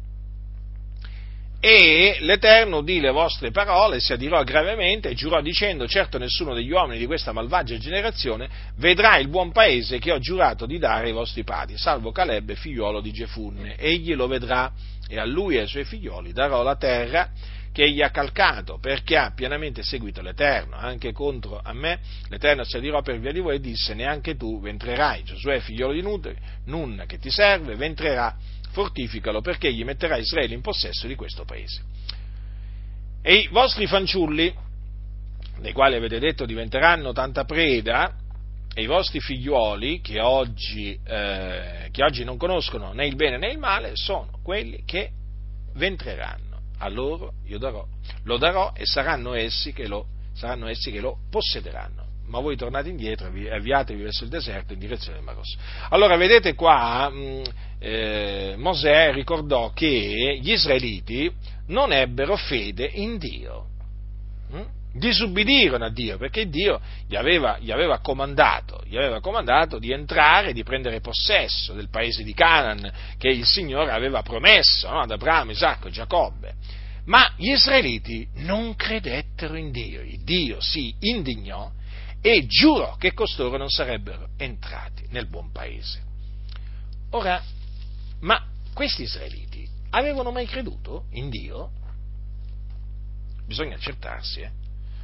[SPEAKER 1] E l'Eterno udì le vostre parole, si adirò gravemente e giurò dicendo: certo nessuno degli uomini di questa malvagia generazione vedrà il buon paese che ho giurato di dare ai vostri padri, salvo Caleb, figliuolo di Gefunne. Egli lo vedrà, e a lui e ai suoi figlioli darò la terra che egli ha calcato, perché ha pienamente seguito l'Eterno. Anche contro a me l'Eterno si adirò per via di voi e disse: neanche tu ventrerai. Giosuè, figliolo di Nun, Nun che ti serve, ventrerà. Fortificalo, perché gli metterà Israele in possesso di questo paese. E i vostri fanciulli, dei quali avete detto diventeranno tanta preda, e i vostri figliuoli, che oggi, eh, che oggi non conoscono né il bene né il male, sono quelli che ventreranno. A loro io darò, lo darò e saranno essi che lo, saranno essi che lo possederanno. Ma voi tornate indietro e avviatevi verso il deserto in direzione del Mar Rosso. Allora, vedete qua, mh, eh, Mosè ricordò che gli israeliti non ebbero fede in Dio, mh? Disubbidirono a Dio, perché Dio gli aveva, gli aveva comandato, gli aveva comandato di entrare, di prendere possesso del paese di Canaan, che il Signore aveva promesso, no, ad Abramo, Isacco e Giacobbe. Ma gli israeliti non credettero in Dio, il Dio si indignò e giurò che costoro non sarebbero entrati nel buon paese. Ora, ma questi israeliti avevano mai creduto in Dio? Bisogna accertarsi, eh?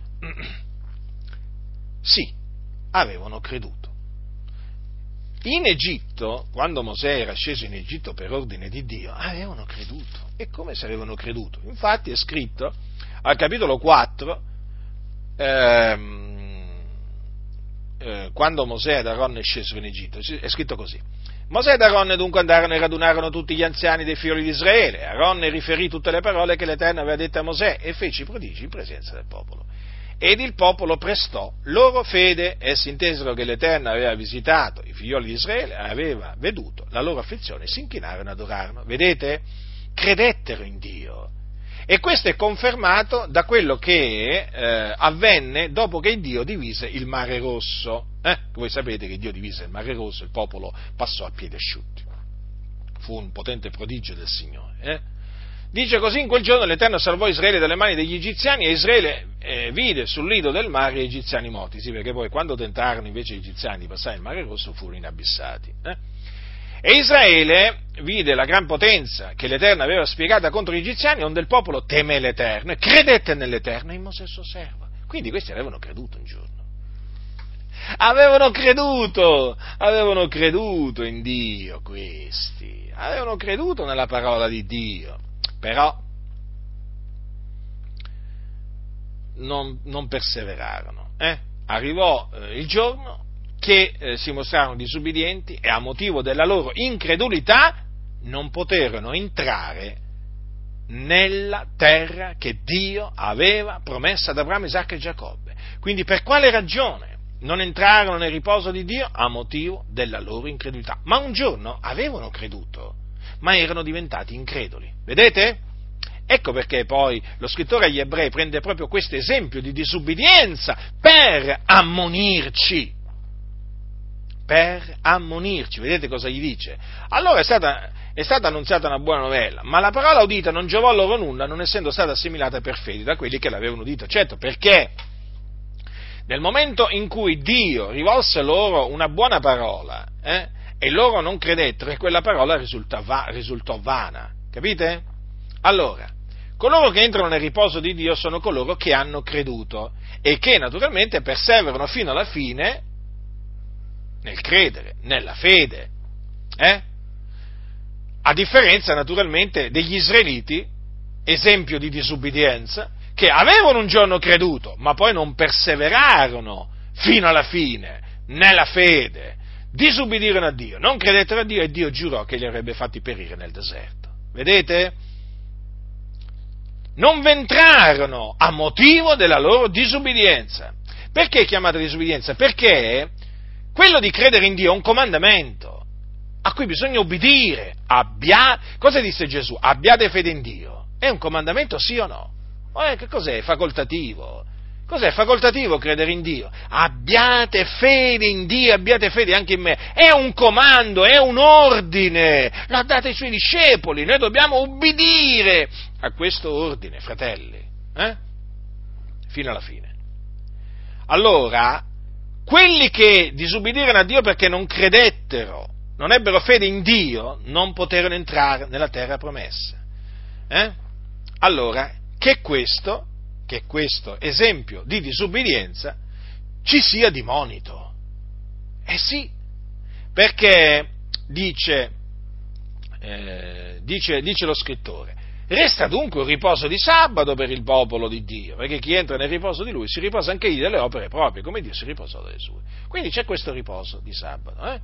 [SPEAKER 1] Sì, avevano creduto. In Egitto, quando Mosè era sceso in Egitto per ordine di Dio, avevano creduto. E come se avevano creduto? Infatti è scritto al capitolo quattro, ehm, Eh, quando Mosè ed Aronne scesero in Egitto, è scritto così: Mosè ed Aronne dunque andarono e radunarono tutti gli anziani dei figli di Israele. Aronne riferì tutte le parole che l'Eterno aveva dette a Mosè e fece i prodigi in presenza del popolo. Ed il popolo prestò loro fede, essi intesero che l'Eterno aveva visitato i figlioli di Israele, aveva veduto la loro afflizione e si inchinarono e adorarono. Vedete? Credettero in Dio. E questo è confermato da quello che eh, avvenne dopo che Dio divise il Mare Rosso. Eh? Voi sapete che Dio divise il Mare Rosso e il popolo passò a piedi asciutti. Fu un potente prodigio del Signore. Eh? Dice così: in quel giorno l'Eterno salvò Israele dalle mani degli egiziani e Israele eh, vide sul lido del mare gli egiziani morti. Sì, perché poi quando tentarono invece gli egiziani di passare il Mare Rosso furono inabissati. Eh? E Israele vide la gran potenza che l'Eterno aveva spiegata contro gli egiziani, onde il popolo teme l'Eterno e credette nell'Eterno e in Mosè suo servo. Quindi questi avevano creduto un giorno. Avevano creduto, avevano creduto in Dio questi, avevano creduto nella parola di Dio, però non, non perseverarono. Eh? Arrivò eh, il giorno che eh, si mostrarono disubbidienti e a motivo della loro incredulità non poterono entrare nella terra che Dio aveva promessa ad Abramo, Isacco e Giacobbe. Quindi per quale ragione non entrarono nel riposo di Dio? A motivo della loro incredulità. Ma un giorno avevano creduto, ma erano diventati increduli. Vedete? Ecco perché poi lo scrittore agli Ebrei prende proprio questo esempio di disubbidienza per ammonirci. Per ammonirci. Vedete cosa gli dice? Allora è stata, è stata annunziata una buona novella, ma la parola udita non giovò loro nulla, non essendo stata assimilata per fede da quelli che l'avevano udita. Certo, perché nel momento in cui Dio rivolse loro una buona parola, eh, e loro non credettero, e quella parola risultò, va, risultò vana. Capite? Allora, coloro che entrano nel riposo di Dio sono coloro che hanno creduto e che naturalmente perseverano fino alla fine nel credere, nella fede, eh? A differenza naturalmente degli israeliti, esempio di disubbidienza, che avevano un giorno creduto, ma poi non perseverarono fino alla fine nella fede, disubbidirono a Dio, non credettero a Dio e Dio giurò che li avrebbe fatti perire nel deserto. Vedete? Non v'entrarono a motivo della loro disubbidienza. Perché è chiamata disubbidienza? Perché quello di credere in Dio è un comandamento a cui bisogna obbedire. Abbia... Cosa disse Gesù? Abbiate fede in Dio. È un comandamento, sì o no? Eh, che cos'è? Facoltativo. Cos'è facoltativo credere in Dio? Abbiate fede in Dio, abbiate fede anche in me. È un comando, è un ordine. L'ha dato ai suoi discepoli. Noi dobbiamo obbedire a questo ordine, fratelli. Eh? Fino alla fine. Allora, quelli che disubbidirono a Dio perché non credettero, non ebbero fede in Dio, non poterono entrare nella terra promessa. Eh? Allora, che questo, che questo esempio di disubbidienza ci sia di monito. Eh sì, perché dice, eh, dice, dice lo scrittore, resta dunque un riposo di sabato per il popolo di Dio, perché chi entra nel riposo di Lui si riposa anche egli delle opere proprie, come Dio si riposò delle sue. Quindi c'è questo riposo di sabato. Eh?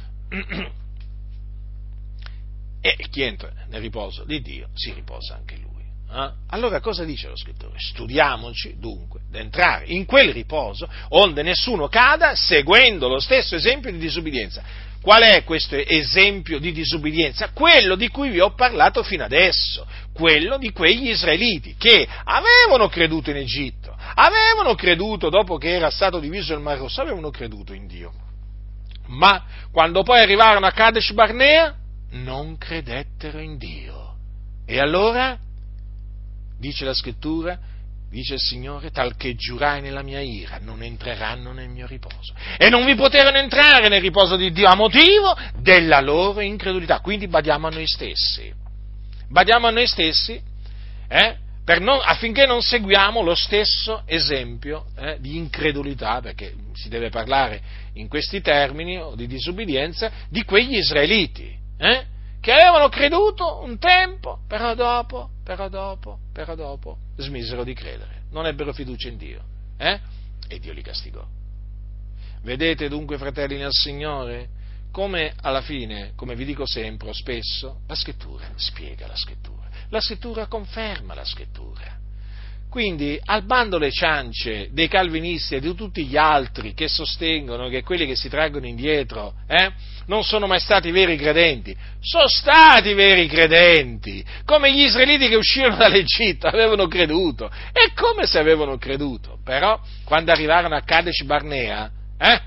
[SPEAKER 1] E chi entra nel riposo di Dio si riposa anche Lui. Eh? Allora cosa dice lo scrittore? Studiamoci dunque d'entrare in quel riposo onde nessuno cada seguendo lo stesso esempio di disubbidienza. Qual è questo esempio di disubbidienza? Quello di cui vi ho parlato fino adesso, quello di quegli israeliti che avevano creduto in Egitto, avevano creduto dopo che era stato diviso il Mar Rosso, avevano creduto in Dio, ma quando poi arrivarono a Kadesh Barnea non credettero in Dio. E allora, dice la scrittura, dice il Signore, tal che giurai nella mia ira, non entreranno nel mio riposo. E non vi poterono entrare nel riposo di Dio a motivo della loro incredulità. Quindi badiamo a noi stessi. Badiamo a noi stessi, eh, per non, affinché non seguiamo lo stesso esempio eh, di incredulità, perché si deve parlare in questi termini, o di disubbidienza, di quegli israeliti, eh, che avevano creduto un tempo, però dopo, però dopo, però dopo, smisero di credere, non ebbero fiducia in Dio, eh? E Dio li castigò. Vedete dunque, fratelli nel Signore, come alla fine, come vi dico sempre, spesso, la Scrittura spiega la Scrittura, la Scrittura conferma la Scrittura. Quindi, al bando le ciance dei calvinisti e di tutti gli altri che sostengono che quelli che si traggono indietro eh, non sono mai stati veri credenti, sono stati veri credenti, come gli israeliti che uscirono dall'Egitto avevano creduto, e come se avevano creduto, però quando arrivarono a Kadesh Barnea, eh,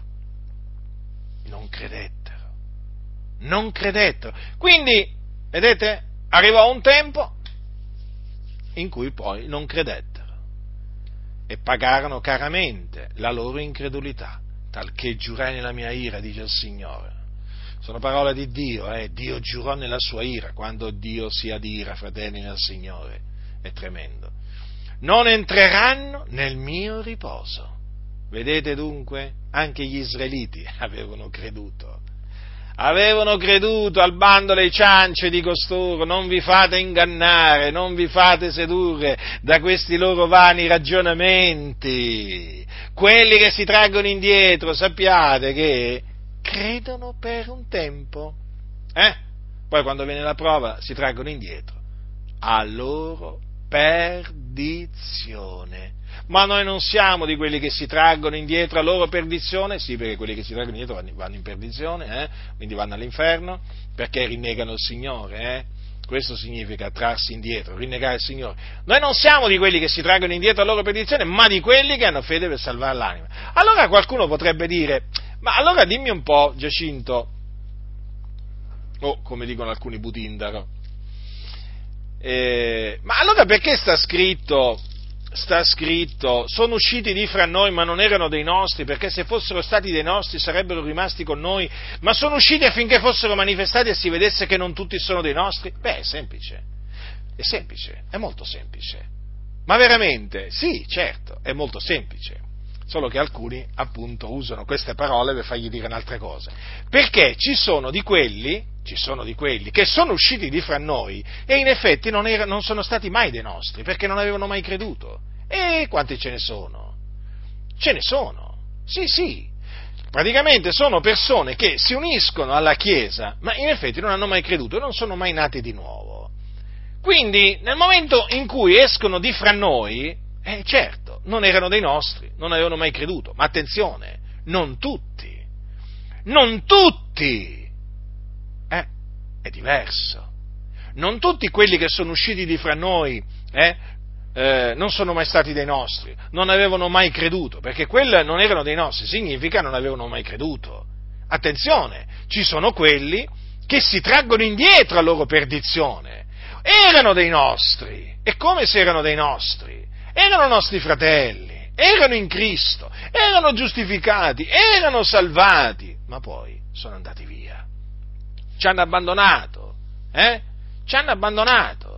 [SPEAKER 1] non credettero, non credettero. Quindi, vedete, arrivò un tempo in cui poi non credettero e pagarono caramente la loro incredulità, talché giurai nella mia ira, dice il Signore. Sono parole di Dio, eh? Dio giurò nella sua ira. Quando Dio si adira, fratelli nel Signore, è tremendo. Non entreranno nel mio riposo. Vedete dunque, anche gli israeliti avevano creduto. Avevano creduto al bando le ciance di costoro, non vi fate ingannare, non vi fate sedurre da questi loro vani ragionamenti. Quelli che si traggono indietro, sappiate che credono per un tempo, eh? poi quando viene la prova si traggono indietro, a loro perdizione. Ma noi non siamo di quelli che si traggono indietro a loro perdizione, sì, perché quelli che si traggono indietro vanno in perdizione, eh? Quindi vanno all'inferno, perché rinnegano il Signore, eh? Questo significa trarsi indietro, rinnegare il Signore. Noi non siamo di quelli che si traggono indietro a loro perdizione, ma di quelli che hanno fede per salvare l'anima. Allora qualcuno potrebbe dire, ma allora dimmi un po', Giacinto, o come dicono alcuni Butindaro, eh, ma allora perché sta scritto, sta scritto, sono usciti di fra noi ma non erano dei nostri, perché se fossero stati dei nostri sarebbero rimasti con noi, ma sono usciti affinché fossero manifestati e si vedesse che non tutti sono dei nostri? Beh, è semplice, è semplice, è molto semplice, ma veramente, sì, certo, è molto semplice, solo che alcuni appunto usano queste parole per fargli dire un'altra cosa, perché ci sono di quelli, ci sono di quelli che sono usciti di fra noi e in effetti non, era, non sono stati mai dei nostri, perché non avevano mai creduto. E quanti ce ne sono? Ce ne sono, sì sì, praticamente sono persone che si uniscono alla Chiesa, ma in effetti non hanno mai creduto e non sono mai nati di nuovo. Quindi nel momento in cui escono di fra noi, eh, certo, non erano dei nostri, non avevano mai creduto, ma attenzione, non tutti, non tutti, eh, è diverso, non tutti quelli che sono usciti di fra noi, eh, eh, non sono mai stati dei nostri, non avevano mai creduto, perché quelli non erano dei nostri, significa non avevano mai creduto. Attenzione, ci sono quelli che si traggono indietro a loro perdizione, erano dei nostri, e come se erano dei nostri? Erano nostri fratelli, erano in Cristo, erano giustificati, erano salvati, ma poi sono andati via, ci hanno abbandonato, eh? Ci hanno abbandonato.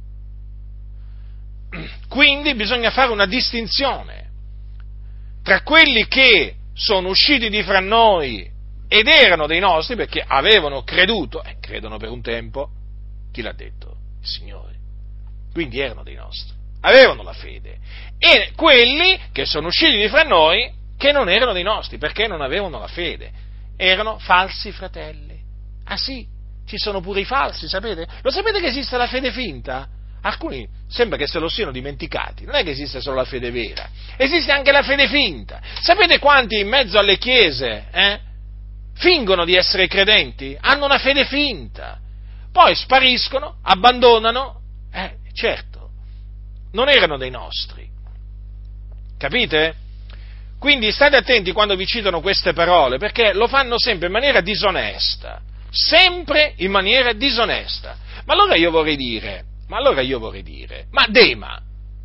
[SPEAKER 1] Quindi bisogna fare una distinzione tra quelli che sono usciti di fra noi ed erano dei nostri perché avevano creduto, e eh, credono per un tempo, chi l'ha detto? Il Signore. Quindi erano dei nostri, avevano la fede, e quelli che sono usciti di fra noi che non erano dei nostri perché non avevano la fede, erano falsi fratelli. Ah sì, ci sono pure i falsi, sapete? Lo sapete che esiste la fede finta? Alcuni sembra che se lo siano dimenticati, non è che esiste solo la fede vera, esiste anche la fede finta. Sapete quanti in mezzo alle chiese eh, fingono di essere credenti? Hanno una fede finta, poi spariscono, abbandonano, eh, certo, non erano dei nostri, capite? Quindi state attenti quando vi citano queste parole, perché lo fanno sempre in maniera disonesta, sempre in maniera disonesta. Ma allora io vorrei dire, ma allora io vorrei dire, ma Dema,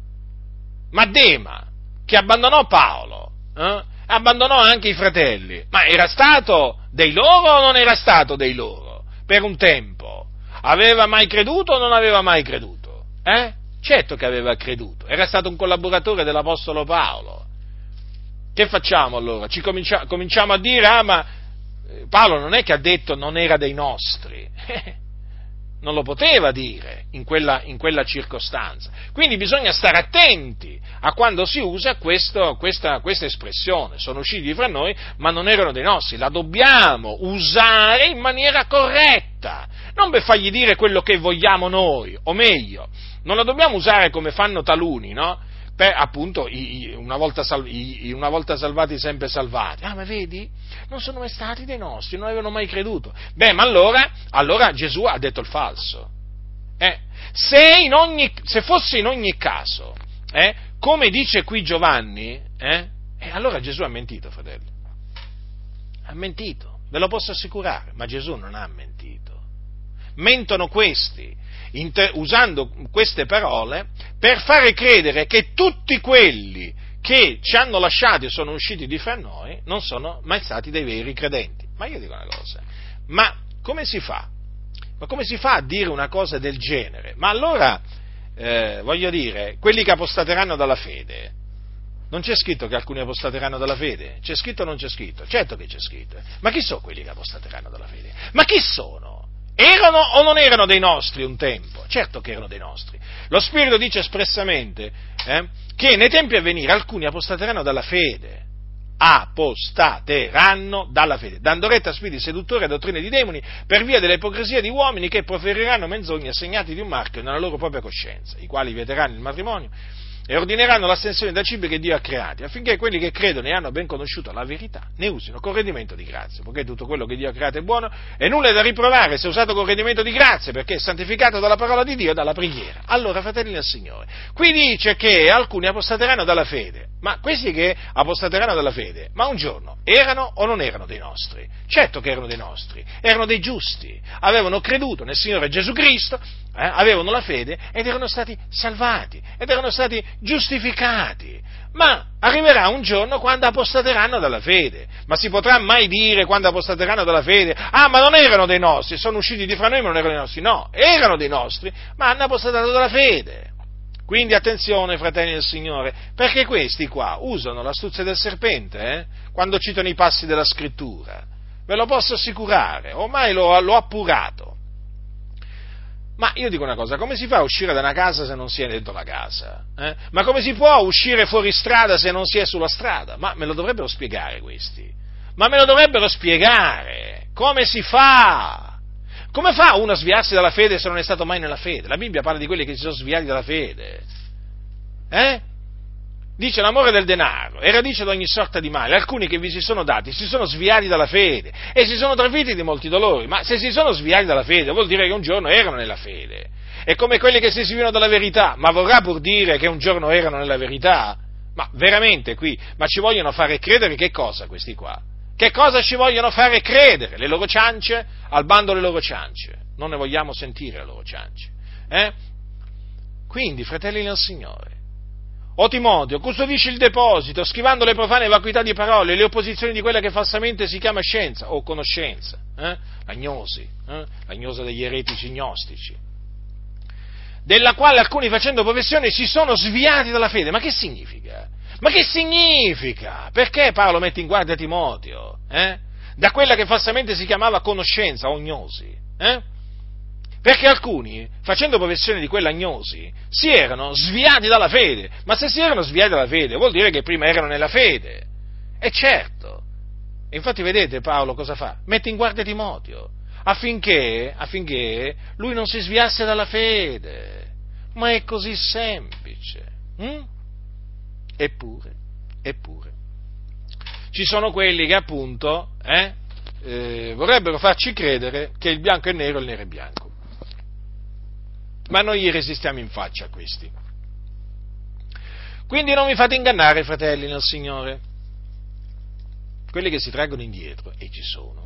[SPEAKER 1] ma Dema, che abbandonò Paolo, eh, abbandonò anche i fratelli, ma era stato dei loro o non era stato dei loro? Per un tempo, aveva mai creduto o non aveva mai creduto? Eh? Certo che aveva creduto, era stato un collaboratore dell'Apostolo Paolo. Che facciamo allora? Ci comincia, cominciamo a dire, ah ma Paolo non è che ha detto non era dei nostri, non lo poteva dire in quella, in quella circostanza. Quindi bisogna stare attenti a quando si usa questo, questa, questa espressione, sono usciti fra noi ma non erano dei nostri, la dobbiamo usare in maniera corretta, non per fargli dire quello che vogliamo noi, o meglio, non la dobbiamo usare come fanno taluni, no? Per, appunto, i, i, una, volta sal, i, una volta salvati, sempre salvati. Ah, ma vedi? Non sono mai stati dei nostri, non avevano mai creduto. Beh, ma allora, allora Gesù ha detto il falso. Eh? Se, in ogni, se fosse in ogni caso, eh, come dice qui Giovanni, eh, eh, allora Gesù ha mentito, fratelli. Ha mentito, ve lo posso assicurare, ma Gesù non ha mentito. Mentono questi, Inter- usando queste parole per fare credere che tutti quelli che ci hanno lasciati e sono usciti di fra noi non sono mai stati dei veri credenti. Ma io dico una cosa, ma come si fa? Ma come si fa a dire una cosa del genere? Ma allora, eh, voglio dire, quelli che apostateranno dalla fede, non c'è scritto che alcuni apostateranno dalla fede? C'è scritto o non c'è scritto? Certo che c'è scritto. Ma chi sono quelli che apostateranno dalla fede? Ma chi sono? Erano o non erano dei nostri un tempo? Certo che erano dei nostri. Lo Spirito dice espressamente eh, che nei tempi a venire alcuni apostateranno dalla fede, apostateranno dalla fede, dando retta a spiriti seduttori e a dottrine di demoni, per via dell'ipocrisia di uomini che proferiranno menzogne assegnati di un marchio nella loro propria coscienza, i quali vieteranno il matrimonio e ordineranno l'astensione da cibi che Dio ha creati, affinché quelli che credono e hanno ben conosciuto la verità ne usino con rendimento di grazia, poiché tutto quello che Dio ha creato è buono e nulla è da riprovare se usato con rendimento di grazia, perché è santificato dalla parola di Dio e dalla preghiera. Allora, fratelli del Signore, qui dice che alcuni apostateranno dalla fede, ma questi che apostateranno dalla fede, ma un giorno erano o non erano dei nostri? Certo che erano dei nostri, erano dei giusti, avevano creduto nel Signore Gesù Cristo, eh, avevano la fede ed erano stati salvati, ed erano stati giustificati, ma arriverà un giorno quando apostateranno dalla fede. Ma si potrà mai dire quando apostateranno dalla fede, ah, ma non erano dei nostri, sono usciti di fra noi ma non erano dei nostri? No, erano dei nostri, ma hanno apostatato dalla fede. Quindi attenzione, fratelli del Signore, perché questi qua usano l'astuzia del serpente, eh, quando citano i passi della Scrittura, ve lo posso assicurare, ormai l'ho, l'ho appurato. Ma io dico una cosa, come si fa a uscire da una casa se non si è dentro la casa? Eh? Ma come si può uscire fuori strada se non si è sulla strada? Ma me lo dovrebbero spiegare questi. Ma me lo dovrebbero spiegare. Come si fa? Come fa uno a sviarsi dalla fede se non è stato mai nella fede? La Bibbia parla di quelli che si sono sviati dalla fede. Eh? Dice l'amore del denaro è radice di ogni sorta di male. Alcuni che vi si sono dati si sono sviati dalla fede e si sono traviti di molti dolori, ma se si sono sviati dalla fede vuol dire che un giorno erano nella fede. È come quelli che si sviano dalla verità, ma vorrà pur dire che un giorno erano nella verità? Ma veramente qui, ma ci vogliono fare credere che cosa questi qua? Che cosa ci vogliono fare credere? Le loro ciance? Al bando le loro ciance. Non ne vogliamo sentire le loro ciance. Eh? Quindi, fratelli del Signore, o Timoteo, custodisci il deposito, schivando le profane vacuità di parole, le opposizioni di quella che falsamente si chiama scienza o conoscenza, eh? l'agnosi, eh? l'agnosa degli eretici gnostici, della quale alcuni facendo professione si sono sviati dalla fede. Ma che significa? Ma che significa? Perché Paolo mette in guardia Timoteo? Eh? Da quella che falsamente si chiamava conoscenza o gnosi, eh? Perché alcuni, facendo professione di quella gnosi, si erano sviati dalla fede. Ma se si erano sviati dalla fede, vuol dire che prima erano nella fede. E certo. E infatti vedete Paolo cosa fa? Mette in guardia Timoteo, affinché, affinché lui non si sviasse dalla fede. Ma è così semplice. Hm? Eppure, eppure, ci sono quelli che appunto eh, eh, vorrebbero farci credere che il bianco è nero e il nero è bianco. Ma noi gli resistiamo in faccia a questi. Quindi non vi fate ingannare, fratelli nel Signore. Quelli che si traggono indietro, e ci sono,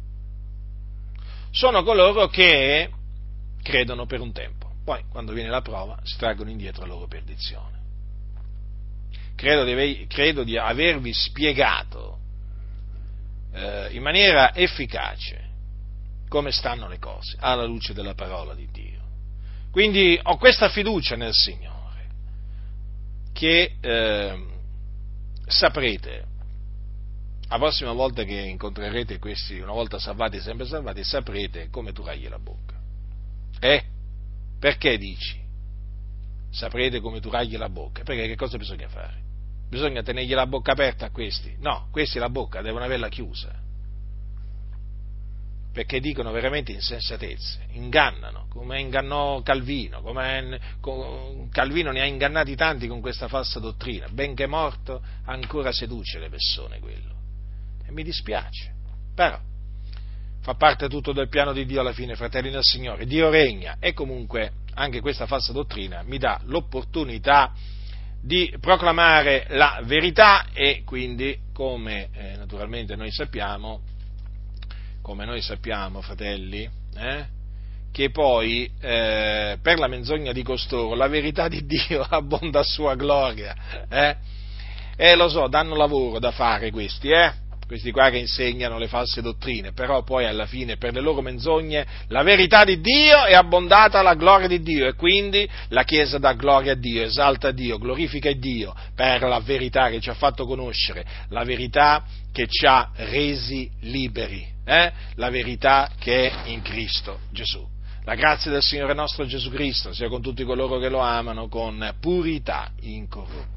[SPEAKER 1] sono coloro che credono per un tempo, poi quando viene la prova si traggono indietro la loro perdizione. Credo di, aver, credo di avervi spiegato eh, in maniera efficace come stanno le cose alla luce della parola di Dio. Quindi ho questa fiducia nel Signore, che eh, saprete, la prossima volta che incontrerete questi, una volta salvati, sempre salvati, saprete come turargli la bocca. Eh? Perché dici? Saprete come turargli la bocca? Perché che cosa bisogna fare? Bisogna tenergli la bocca aperta a questi? No, questi la bocca devono averla chiusa. Perché dicono veramente insensatezze, ingannano, come ingannò Calvino, come Calvino ne ha ingannati tanti con questa falsa dottrina, benché morto ancora seduce le persone quello, e mi dispiace, però fa parte tutto del piano di Dio alla fine, fratelli del Signore, Dio regna, e comunque anche questa falsa dottrina mi dà l'opportunità di proclamare la verità, e quindi, come eh, naturalmente noi sappiamo, come noi sappiamo, fratelli, eh, che poi eh, per la menzogna di costoro la verità di Dio abbonda a sua gloria, eh? E lo so, danno lavoro da fare questi, eh? Questi qua che insegnano le false dottrine, però poi alla fine per le loro menzogne la verità di Dio è abbondata alla gloria di Dio, e quindi la Chiesa dà gloria a Dio, esalta Dio, glorifica Dio per la verità che ci ha fatto conoscere, la verità che ci ha resi liberi, eh? La verità che è in Cristo Gesù. La grazia del Signore nostro Gesù Cristo sia con tutti coloro che lo amano con purità incorrotta.